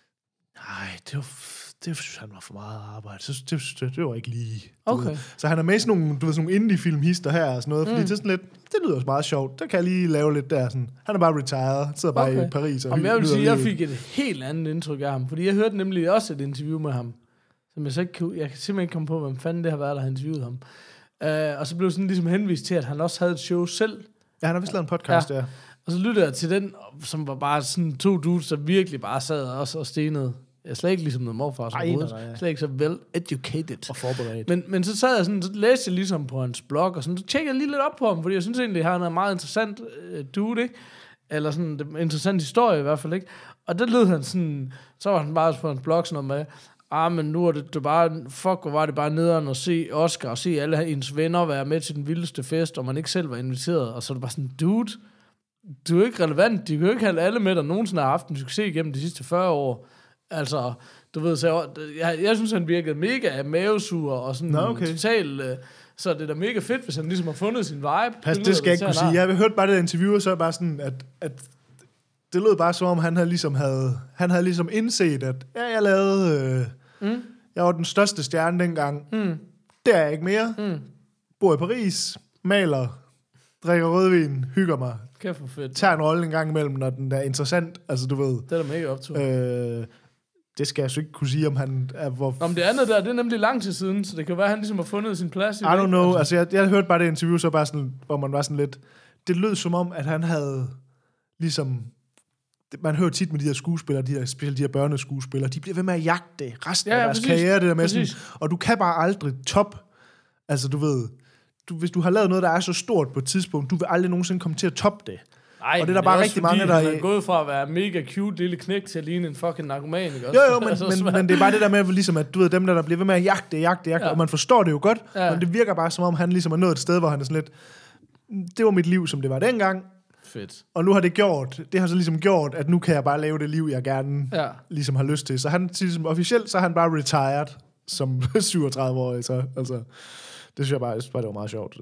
nej, det var... Det synes han var for meget arbejde. Så det, det, det var ikke lige... Okay. Ved. Så han er med i sådan nogle, du ved, sådan nogle indie-film-hister her og sådan noget, mm. fordi det er sådan lidt... Det lyder også meget sjovt. Der kan jeg lige lave lidt der. Sådan. Han er bare retired. Sidder bare okay. i Paris. Og Jamen, jeg vil sige, jeg fik et helt andet indtryk af ham. Fordi jeg hørte nemlig også et interview med ham. Som jeg så ikke kunne... Jeg kan simpelthen ikke komme på, hvem fanden det har været, der har interviewet ham. Uh, og så blev sådan ligesom henvist til, at han også havde et show selv, Ja, han har vist lavet en podcast, ja. ja. Og så lyttede jeg til den, som var bare sådan to dudes, der virkelig bare sad også og stenede. Jeg er slet ikke ligesom noget morfar som hovedet. Slet ikke så well educated. Og forberedt. Men, men så sad jeg sådan, så læste jeg ligesom på hans blog, og sådan, så tjekkede jeg lige lidt op på ham, fordi jeg synes egentlig, han er en meget interessant uh, dude, ikke? Eller sådan en interessant historie i hvert fald, ikke? Og der lød han sådan, så var han bare på hans blog sådan noget med, ah, men nu er det, det bare, fuck, hvor var det bare nederen at se Oscar, og se alle ens venner være med til den vildeste fest, og man ikke selv var inviteret, og så er det bare sådan, dude, du er ikke relevant, de kan jo ikke have alle med, der nogensinde har haft en succes igennem de sidste fyrre år. Altså, du ved, så jeg, jeg synes, han virkede mega mavesur, og sådan Nå, okay. total, øh, så det er da mega fedt, hvis han ligesom har fundet sin vibe. Pas, det skal jeg ikke kunne sige. Jeg har hørt bare det interview, og så er bare sådan, at, at det lød bare som om, han havde ligesom, havde, han havde ligesom indset, at ja, jeg lavede, øh, mm. jeg var den største stjerne dengang. Mm. Det er jeg ikke mere. Mm. Bor i Paris, maler, drikker rødvin, hygger mig. Kæft for fedt. Tager en rolle en gang imellem, når den er interessant. Altså, du ved. Det er da mega optur. Øh, det skal jeg så ikke kunne sige, om han er... Hvor... Om det andet der, det er nemlig lang tid siden, så det kan være, at han ligesom har fundet sin plads i I don't know. Altså, altså jeg, jeg hørte bare det interview, så bare sådan, hvor man var sådan lidt... Det lød som om, at han havde ligesom... Man hører tit med de her skuespillere, de her, specielt de her børneskuespillere, de bliver ved med at jagte resten ja, ja, af deres præcis, karriere, det der med sådan, og du kan bare aldrig top. Altså, du ved... Du, hvis du har lavet noget, der er så stort på et tidspunkt, du vil aldrig nogensinde komme til at toppe det. Ej, og det er der bare rigtig mange, der er gået fra at være mega cute lille knæk til at ligne en fucking narkoman, ikke også? Jo, jo, men, altså, men, men det er bare det der med, ligesom at du ved, dem der, der bliver ved med at jagte, jagte, jagte, ja. Og man forstår det jo godt, ja. Men det virker bare som om, han ligesom er nået et sted, hvor han er sådan lidt, det var mit liv, som det var dengang. Fedt. Og nu har det gjort, det har så ligesom gjort, at nu kan jeg bare lave det liv, jeg gerne ja. ligesom har lyst til. Så han ligesom officielt, så er han bare retired som syvogtredive-årig, så altså, det synes jeg bare, jeg synes bare, det var meget sjovt.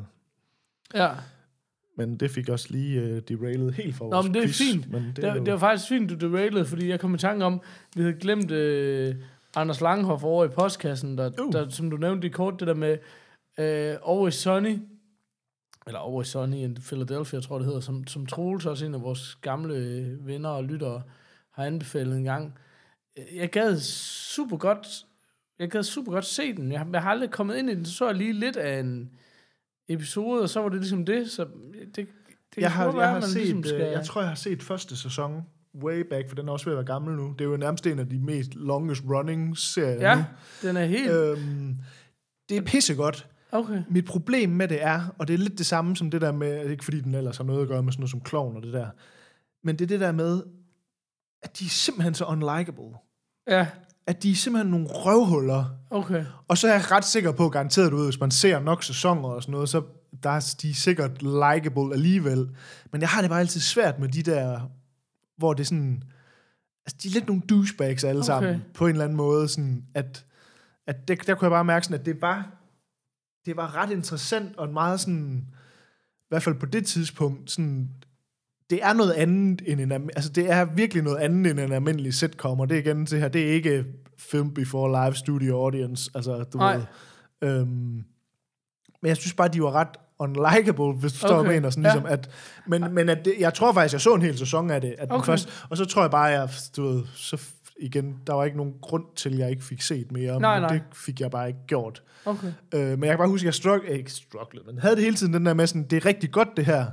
Ja. Men det fik også lige uh, derailet helt for Nå, vores men det er quiz. fint. Men det, det, er jo... det var faktisk fint, du derailede, fordi jeg kom i tanke om, vi havde glemt uh, Anders Langhoff over i postkassen, der, uh. der, som du nævnte i kort, det der med uh, Always Sunny, eller Always Sunny in Philadelphia, tror jeg det hedder, som, som Troels, også en af vores gamle venner og lyttere, har anbefalet en gang. Jeg gad super godt, jeg gad super godt se den. Jeg, jeg har aldrig kommet ind i den, så så jeg lige lidt af en episode, og så var det ligesom det, så det, det jeg har, være, jeg har set, ligesom skal... jeg tror, jeg har set første sæson way back, for den er også ved at være gammel nu. Det er jo nærmest en af de mest longest running serier ja, nu. Den er helt... Øhm, det er pissegodt. Okay. Mit problem med det er, og det er lidt det samme som det der med, ikke fordi den ellers har noget at gøre med sådan noget som Klovn og det der, men det er det der med, at de er simpelthen så unlikable. Ja. At de er simpelthen nogle røvhuller. Okay. Og så er jeg ret sikker på, garanteret ud, hvis man ser nok sæsoner og sådan noget, så der er de er sikkert likable alligevel. Men jeg har det bare altid svært med de der, hvor det er sådan, altså de er lidt nogle douchebags alle okay. sammen, på en eller anden måde, sådan at, at det, der kunne jeg bare mærke sådan, at det var, det var ret interessant, og meget sådan, i hvert fald på det tidspunkt, sådan, det er noget andet end en, altså det er virkelig noget andet end en almindelig sitcom, og det er igen det her, det er ikke film before live studio audience, altså du Nej. ved. Øhm, men jeg synes bare, de var ret unlikable, hvis du okay. står og mener, sådan ja. ligesom at, men, men at det, jeg tror faktisk, jeg så en hel sæson af det, at okay. den først, og så tror jeg bare, jeg, du ved, så igen, der var ikke nogen grund til, at jeg ikke fik set mere, nej, men nej. det fik jeg bare ikke gjort. Okay. Øh, men jeg kan bare huske, at jeg strugglede, ikke strugglede, men havde det hele tiden den der med sådan, det er rigtig godt det her,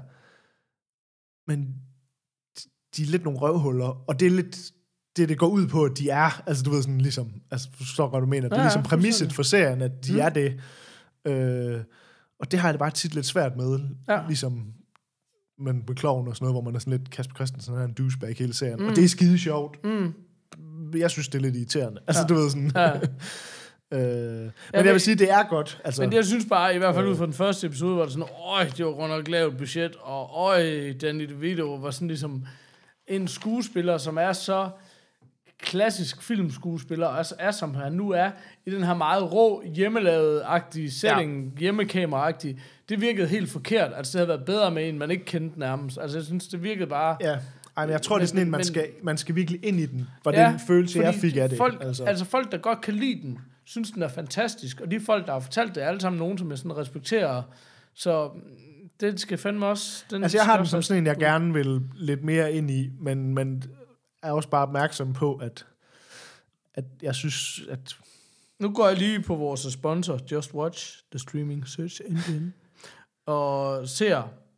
men de er lidt nogle røvhuller, og det er lidt det, det går ud på, at de er, altså du ved sådan ligesom, altså du forstår godt, du mener, det er ja, ligesom præmisset for serien, at de mm. er det, øh, og det har jeg det bare tit lidt svært med, ja. ligesom men med Klovn og sådan noget, hvor man er sådan lidt, Kasper Christensen er en douchebag hele serien, mm. og det er skide sjovt. Mm. Jeg synes, det er lidt irriterende. Altså ja. du ved sådan... Ja. Øh, men ja, jeg vil sige, det er godt. Altså. Men det, jeg synes bare, i hvert fald ud fra den første episode, var det sådan, øj, det var godt nok lavt budget, og øj, Danny DeVito var sådan ligesom en skuespiller, som er så klassisk filmskuespiller, og er som han nu er, i den her meget rå, hjemmelavet-agtige setting, ja. hjemmekamera-agtige. Det virkede helt forkert. Altså, det havde været bedre med en, man ikke kendte nærmest. Altså, jeg synes, det virkede bare... Ja. Ej, men jeg tror, men, det er sådan en, man, men, skal, man skal virkelig ind i den, for ja, den følelse, jeg fik af det. Folk, altså. altså folk, der godt kan lide den, synes, den er fantastisk, og de folk, der har fortalt det, er alle sammen nogen, som jeg sådan respekterer. Så det skal fandme også... Den altså, jeg har den som sådan en, jeg gerne vil lidt mere ind i, men, men er også bare opmærksom på, at, at jeg synes, at... Nu går jeg lige på vores sponsor, Just Watch, the streaming search engine, og ser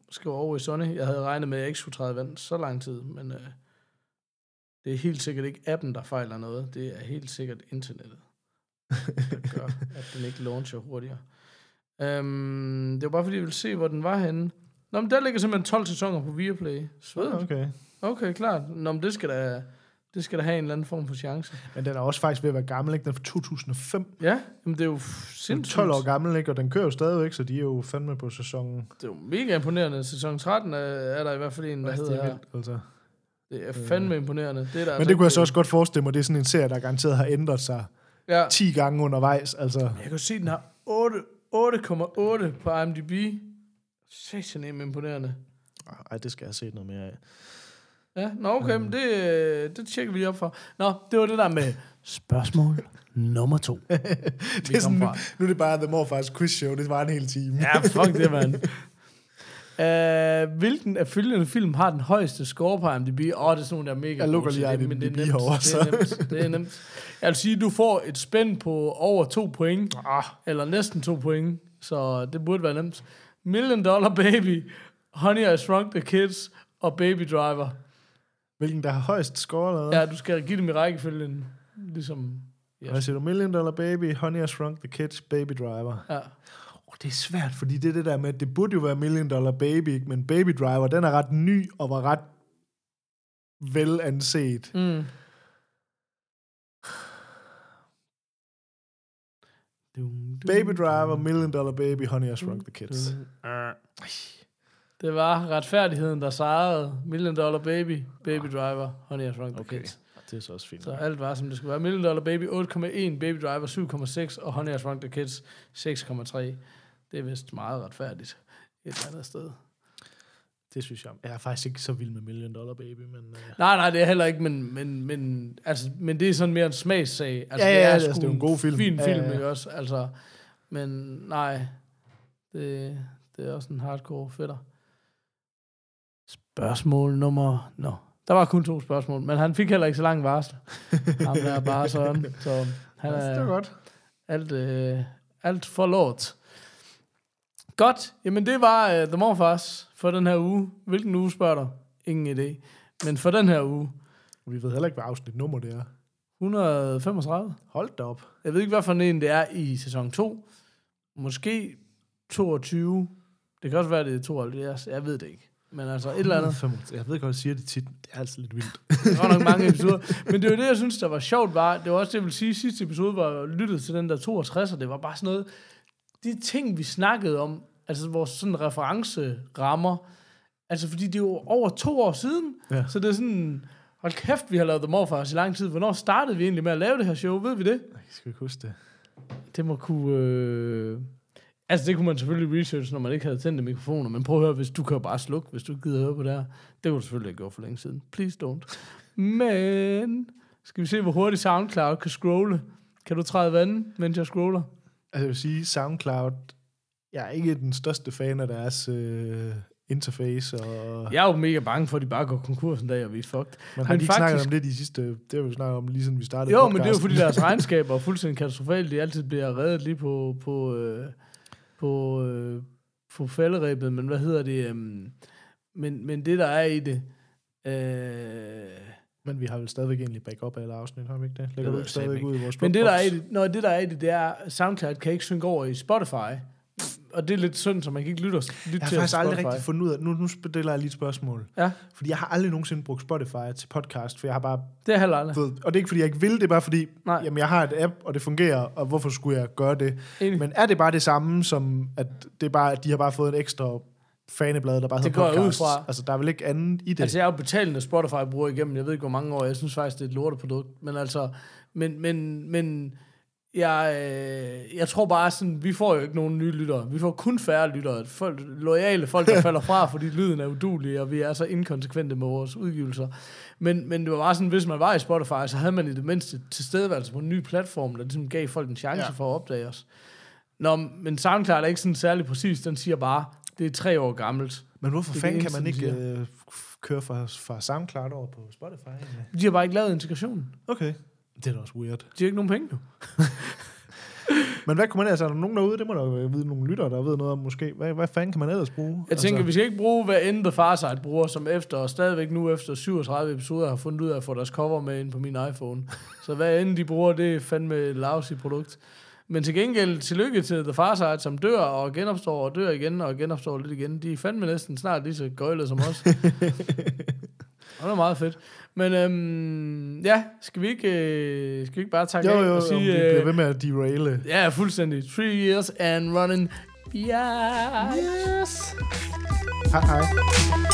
skriver over i Sonny. Jeg havde regnet med, at jeg ikke skulle træde vand så lang tid, men øh, det er helt sikkert ikke appen, der fejler noget. Det er helt sikkert internettet, der gør, at den ikke launcher hurtigere. Um, det var bare fordi, jeg ville se, hvor den var henne. Nå, men der ligger simpelthen tolv sæsoner på Viaplay. Svedigt. Okay. Okay, klart. Nå, men det skal da, det skal da have en eller anden form for chance. Men den er også faktisk ved at være gammel, ikke? Den er fra to tusind og fem. Ja, men det er jo sindssygt. tolv år gammel, ikke? Og den kører jo stadigvæk, så de er jo fandme på sæsonen. Det er jo mega imponerende. Sæson tretten er, er der i hvert fald en, der hedder det er her. vildt, altså. Det er fandme øh. imponerende. Det er der men altså det kunne jeg så ikke, også godt forestille mig, det er sådan en serie, der garanteret har ændret sig ja. ti gange undervejs. Altså. Jeg kan se, at den har otte komma otte på I M D B. Sæt imponerende. Ej, det skal jeg se noget mere af. Ja, nå okay, mm. men det, det tjekker vi lige op for. Nå, det var det der med spørgsmål nummer to. det er sådan, nu, nu er det bare The Morfars quiz show, det var en hel time. Ja, fuck det, mand. Uh, hvilken af følgende film har den højeste score på I M D B? Åh, oh, det er sådan nogle, der er mega jeg lukker lige I M D B herovre, så. Det er nemt. Det er nemt. Jeg vil sige, du får et spænd på over to point. Ah. Eller næsten to point. Så det burde være nemt. Million Dollar Baby, Honey, I Shrunk the Kids og Baby Driver. Hvilken der har højst score, eller hvad? Ja, du skal give dem i rækkefølgen. Ligesom... Yes. Hvad siger du? Million Dollar Baby, Honey, I Shrunk the Kids, Baby Driver. Ja. Oh, det er svært, fordi det er det der med, det burde jo være Million Dollar Baby, men Baby Driver, den er ret ny og var ret velanset. Mm. Baby Driver, Million Dollar Baby, Honey, I Shrunk the Kids. Det var retfærdigheden, der sejrede. Million Dollar Baby, Baby Driver, Honey, I Shrunk the okay. Kids. Det er så også fint. Så alt var, som det skulle være. Million Dollar Baby otte komma en, Baby Driver syv komma seks, og Honey, I Shrunk the Kids seks komma tre. Det er vist meget retfærdigt et eller andet sted. Det synes jeg. Jeg er faktisk ikke så vild med Million Dollar Baby, men... Uh... Nej, nej, det er heller ikke, men, men, men, altså, men det er sådan mere en smagssag. Altså, ja, ja, det er, altså, det er en god film. Fin ja, film, ja, ja. ikke også? Altså, men nej, det, det er også en hardcore fætter. Spørgsmål nummer... Nå, der var kun to spørgsmål, men han fik heller ikke så lang varsel. Han er bare sådan, så han er... Det er godt. Alt, øh, alt forlåt. Godt, jamen det var uh, The Morfars for den her uge. Hvilken uge spørger du? Ingen idé. Men for den her uge... Vi ved heller ikke, hvad afsnit nummer det er. et hundrede og femogtredive. Hold da op. Jeg ved ikke, hvad for en det er i sæson to. Måske toogtyve. Det kan også være, det er tooghalvfjerds. Jeg ved det ikke. Men altså et eller andet. Jeg ved godt, jeg siger det tit. Det er altid lidt vildt. Det var nok mange episoder. Men det var det, jeg synes, der var sjovt. Var, det var også det, jeg vil sige. Sidste episode var lyttet til den der toogtres, og det var bare sådan noget... De ting, vi snakkede om, altså vores sådan referencerammer, altså fordi det er jo over to år siden, ja. Så det er sådan, hold kæft, vi har lavet The Morfars i lang tid. Hvornår startede vi egentlig med at lave det her show? Ved vi det? Jeg skal ikke huske det. Det må kunne... Øh... Altså, det kunne man selvfølgelig research, når man ikke havde tændt mikrofoner, men prøv at høre, hvis du kan bare slukke, hvis du gider høre på det her. Det kunne du selvfølgelig ikke gøre for længe siden. Please don't. Men... Skal vi se, hvor hurtigt SoundCloud kan scrolle? Kan du træde vandet, mens jeg scroller? Altså, jeg vil sige, SoundCloud... Jeg er ikke den største fan af deres øh, interface. Og... Jeg er jo mega bange for, at de bare går konkurs en dag, og vi er fucked. Men har men de ikke faktisk... snakket om det de sidste... Det har vi snakket om lige siden vi startede Jo, podcasten. men det er jo fordi deres regnskaber er fuldstændig katastrofalt. De altid bliver reddet lige på... på øh, på, øh, på falderæbet, men hvad hedder det? Um, men, men det, der er i det... Øh, men vi har vel stadigvæk egentlig backup af alle afsnit, har vi ikke det? Lægger du ikke stadigvæk ud i vores Men det, der er i det, når det, der er i det, det er, SoundCloud kan ikke synge over i Spotify. Og det er lidt synd, så man kan ikke lytte, lytte til Jeg har faktisk aldrig rigtig fundet ud af... Nu, nu stiller jeg lige et spørgsmål. Ja. Fordi jeg har aldrig nogensinde brugt Spotify til podcast, for jeg har bare... Det er heller aldrig. Ved, og det er ikke, fordi jeg ikke vil, det er bare fordi, jamen, jeg har et app, og det fungerer, og hvorfor skulle jeg gøre det? Enig. Men er det bare det samme, som at det er bare, at de har bare fået en ekstra faneblad, der bare hedder podcast? Det går ud fra. Altså, der er vel ikke andet i det? Altså, jeg er jo betalende Spotify-bruger igennem, jeg ved ikke, hvor mange år, jeg synes faktisk, det er et lorteprodukt, men altså... Men... men, men Jeg, øh, jeg tror bare sådan, vi får jo ikke nogen nye lyttere. Vi får kun færre lyttere. Folk, loyale folk, der falder fra, fordi lyden er uduelig, og vi er så inkonsekvente med vores udgivelser. Men, men det var bare sådan, hvis man var i Spotify, så havde man i det mindste tilstedeværelse på en ny platform, der ligesom gav folk en chance ja. for at opdage os. Nå, men SoundCloud er ikke sådan særlig præcis. Den siger bare, det er tre år gammelt. Men hvorfor fanden kan man ikke øh, køre fra, fra SoundCloud over på Spotify? Egentlig? De har bare ikke lavet integrationen. Okay. Det er da også weird. De har ikke nogen penge, nu. Men hvad kunne man ellers? Er der nogen derude? Det må der jo vide nogle lyttere, der ved noget om måske. Hvad, hvad fanden kan man ellers bruge? Jeg tænker, altså... vi skal ikke bruge, hvad end The Far Side bruger, som efter, og stadigvæk nu efter syvogtredive episoder, har fundet ud af at få deres cover med ind på min iPhone. Så hvad end de bruger, det er fandme et lousy produkt. Men til gengæld, tillykke til The Far Side, som dør og genopstår og dør igen og genopstår lidt igen. De er fandme næsten snart lige så gøjlede som os. Og det er meget fedt. Men øhm, ja, skal vi ikke, øh, skal vi ikke bare takke jo, af jo, og sige... Jo, jo, bliver ved med at deraile. Ja, fuldstændig. Three years and running. Yeah. Yes. Hej, hej.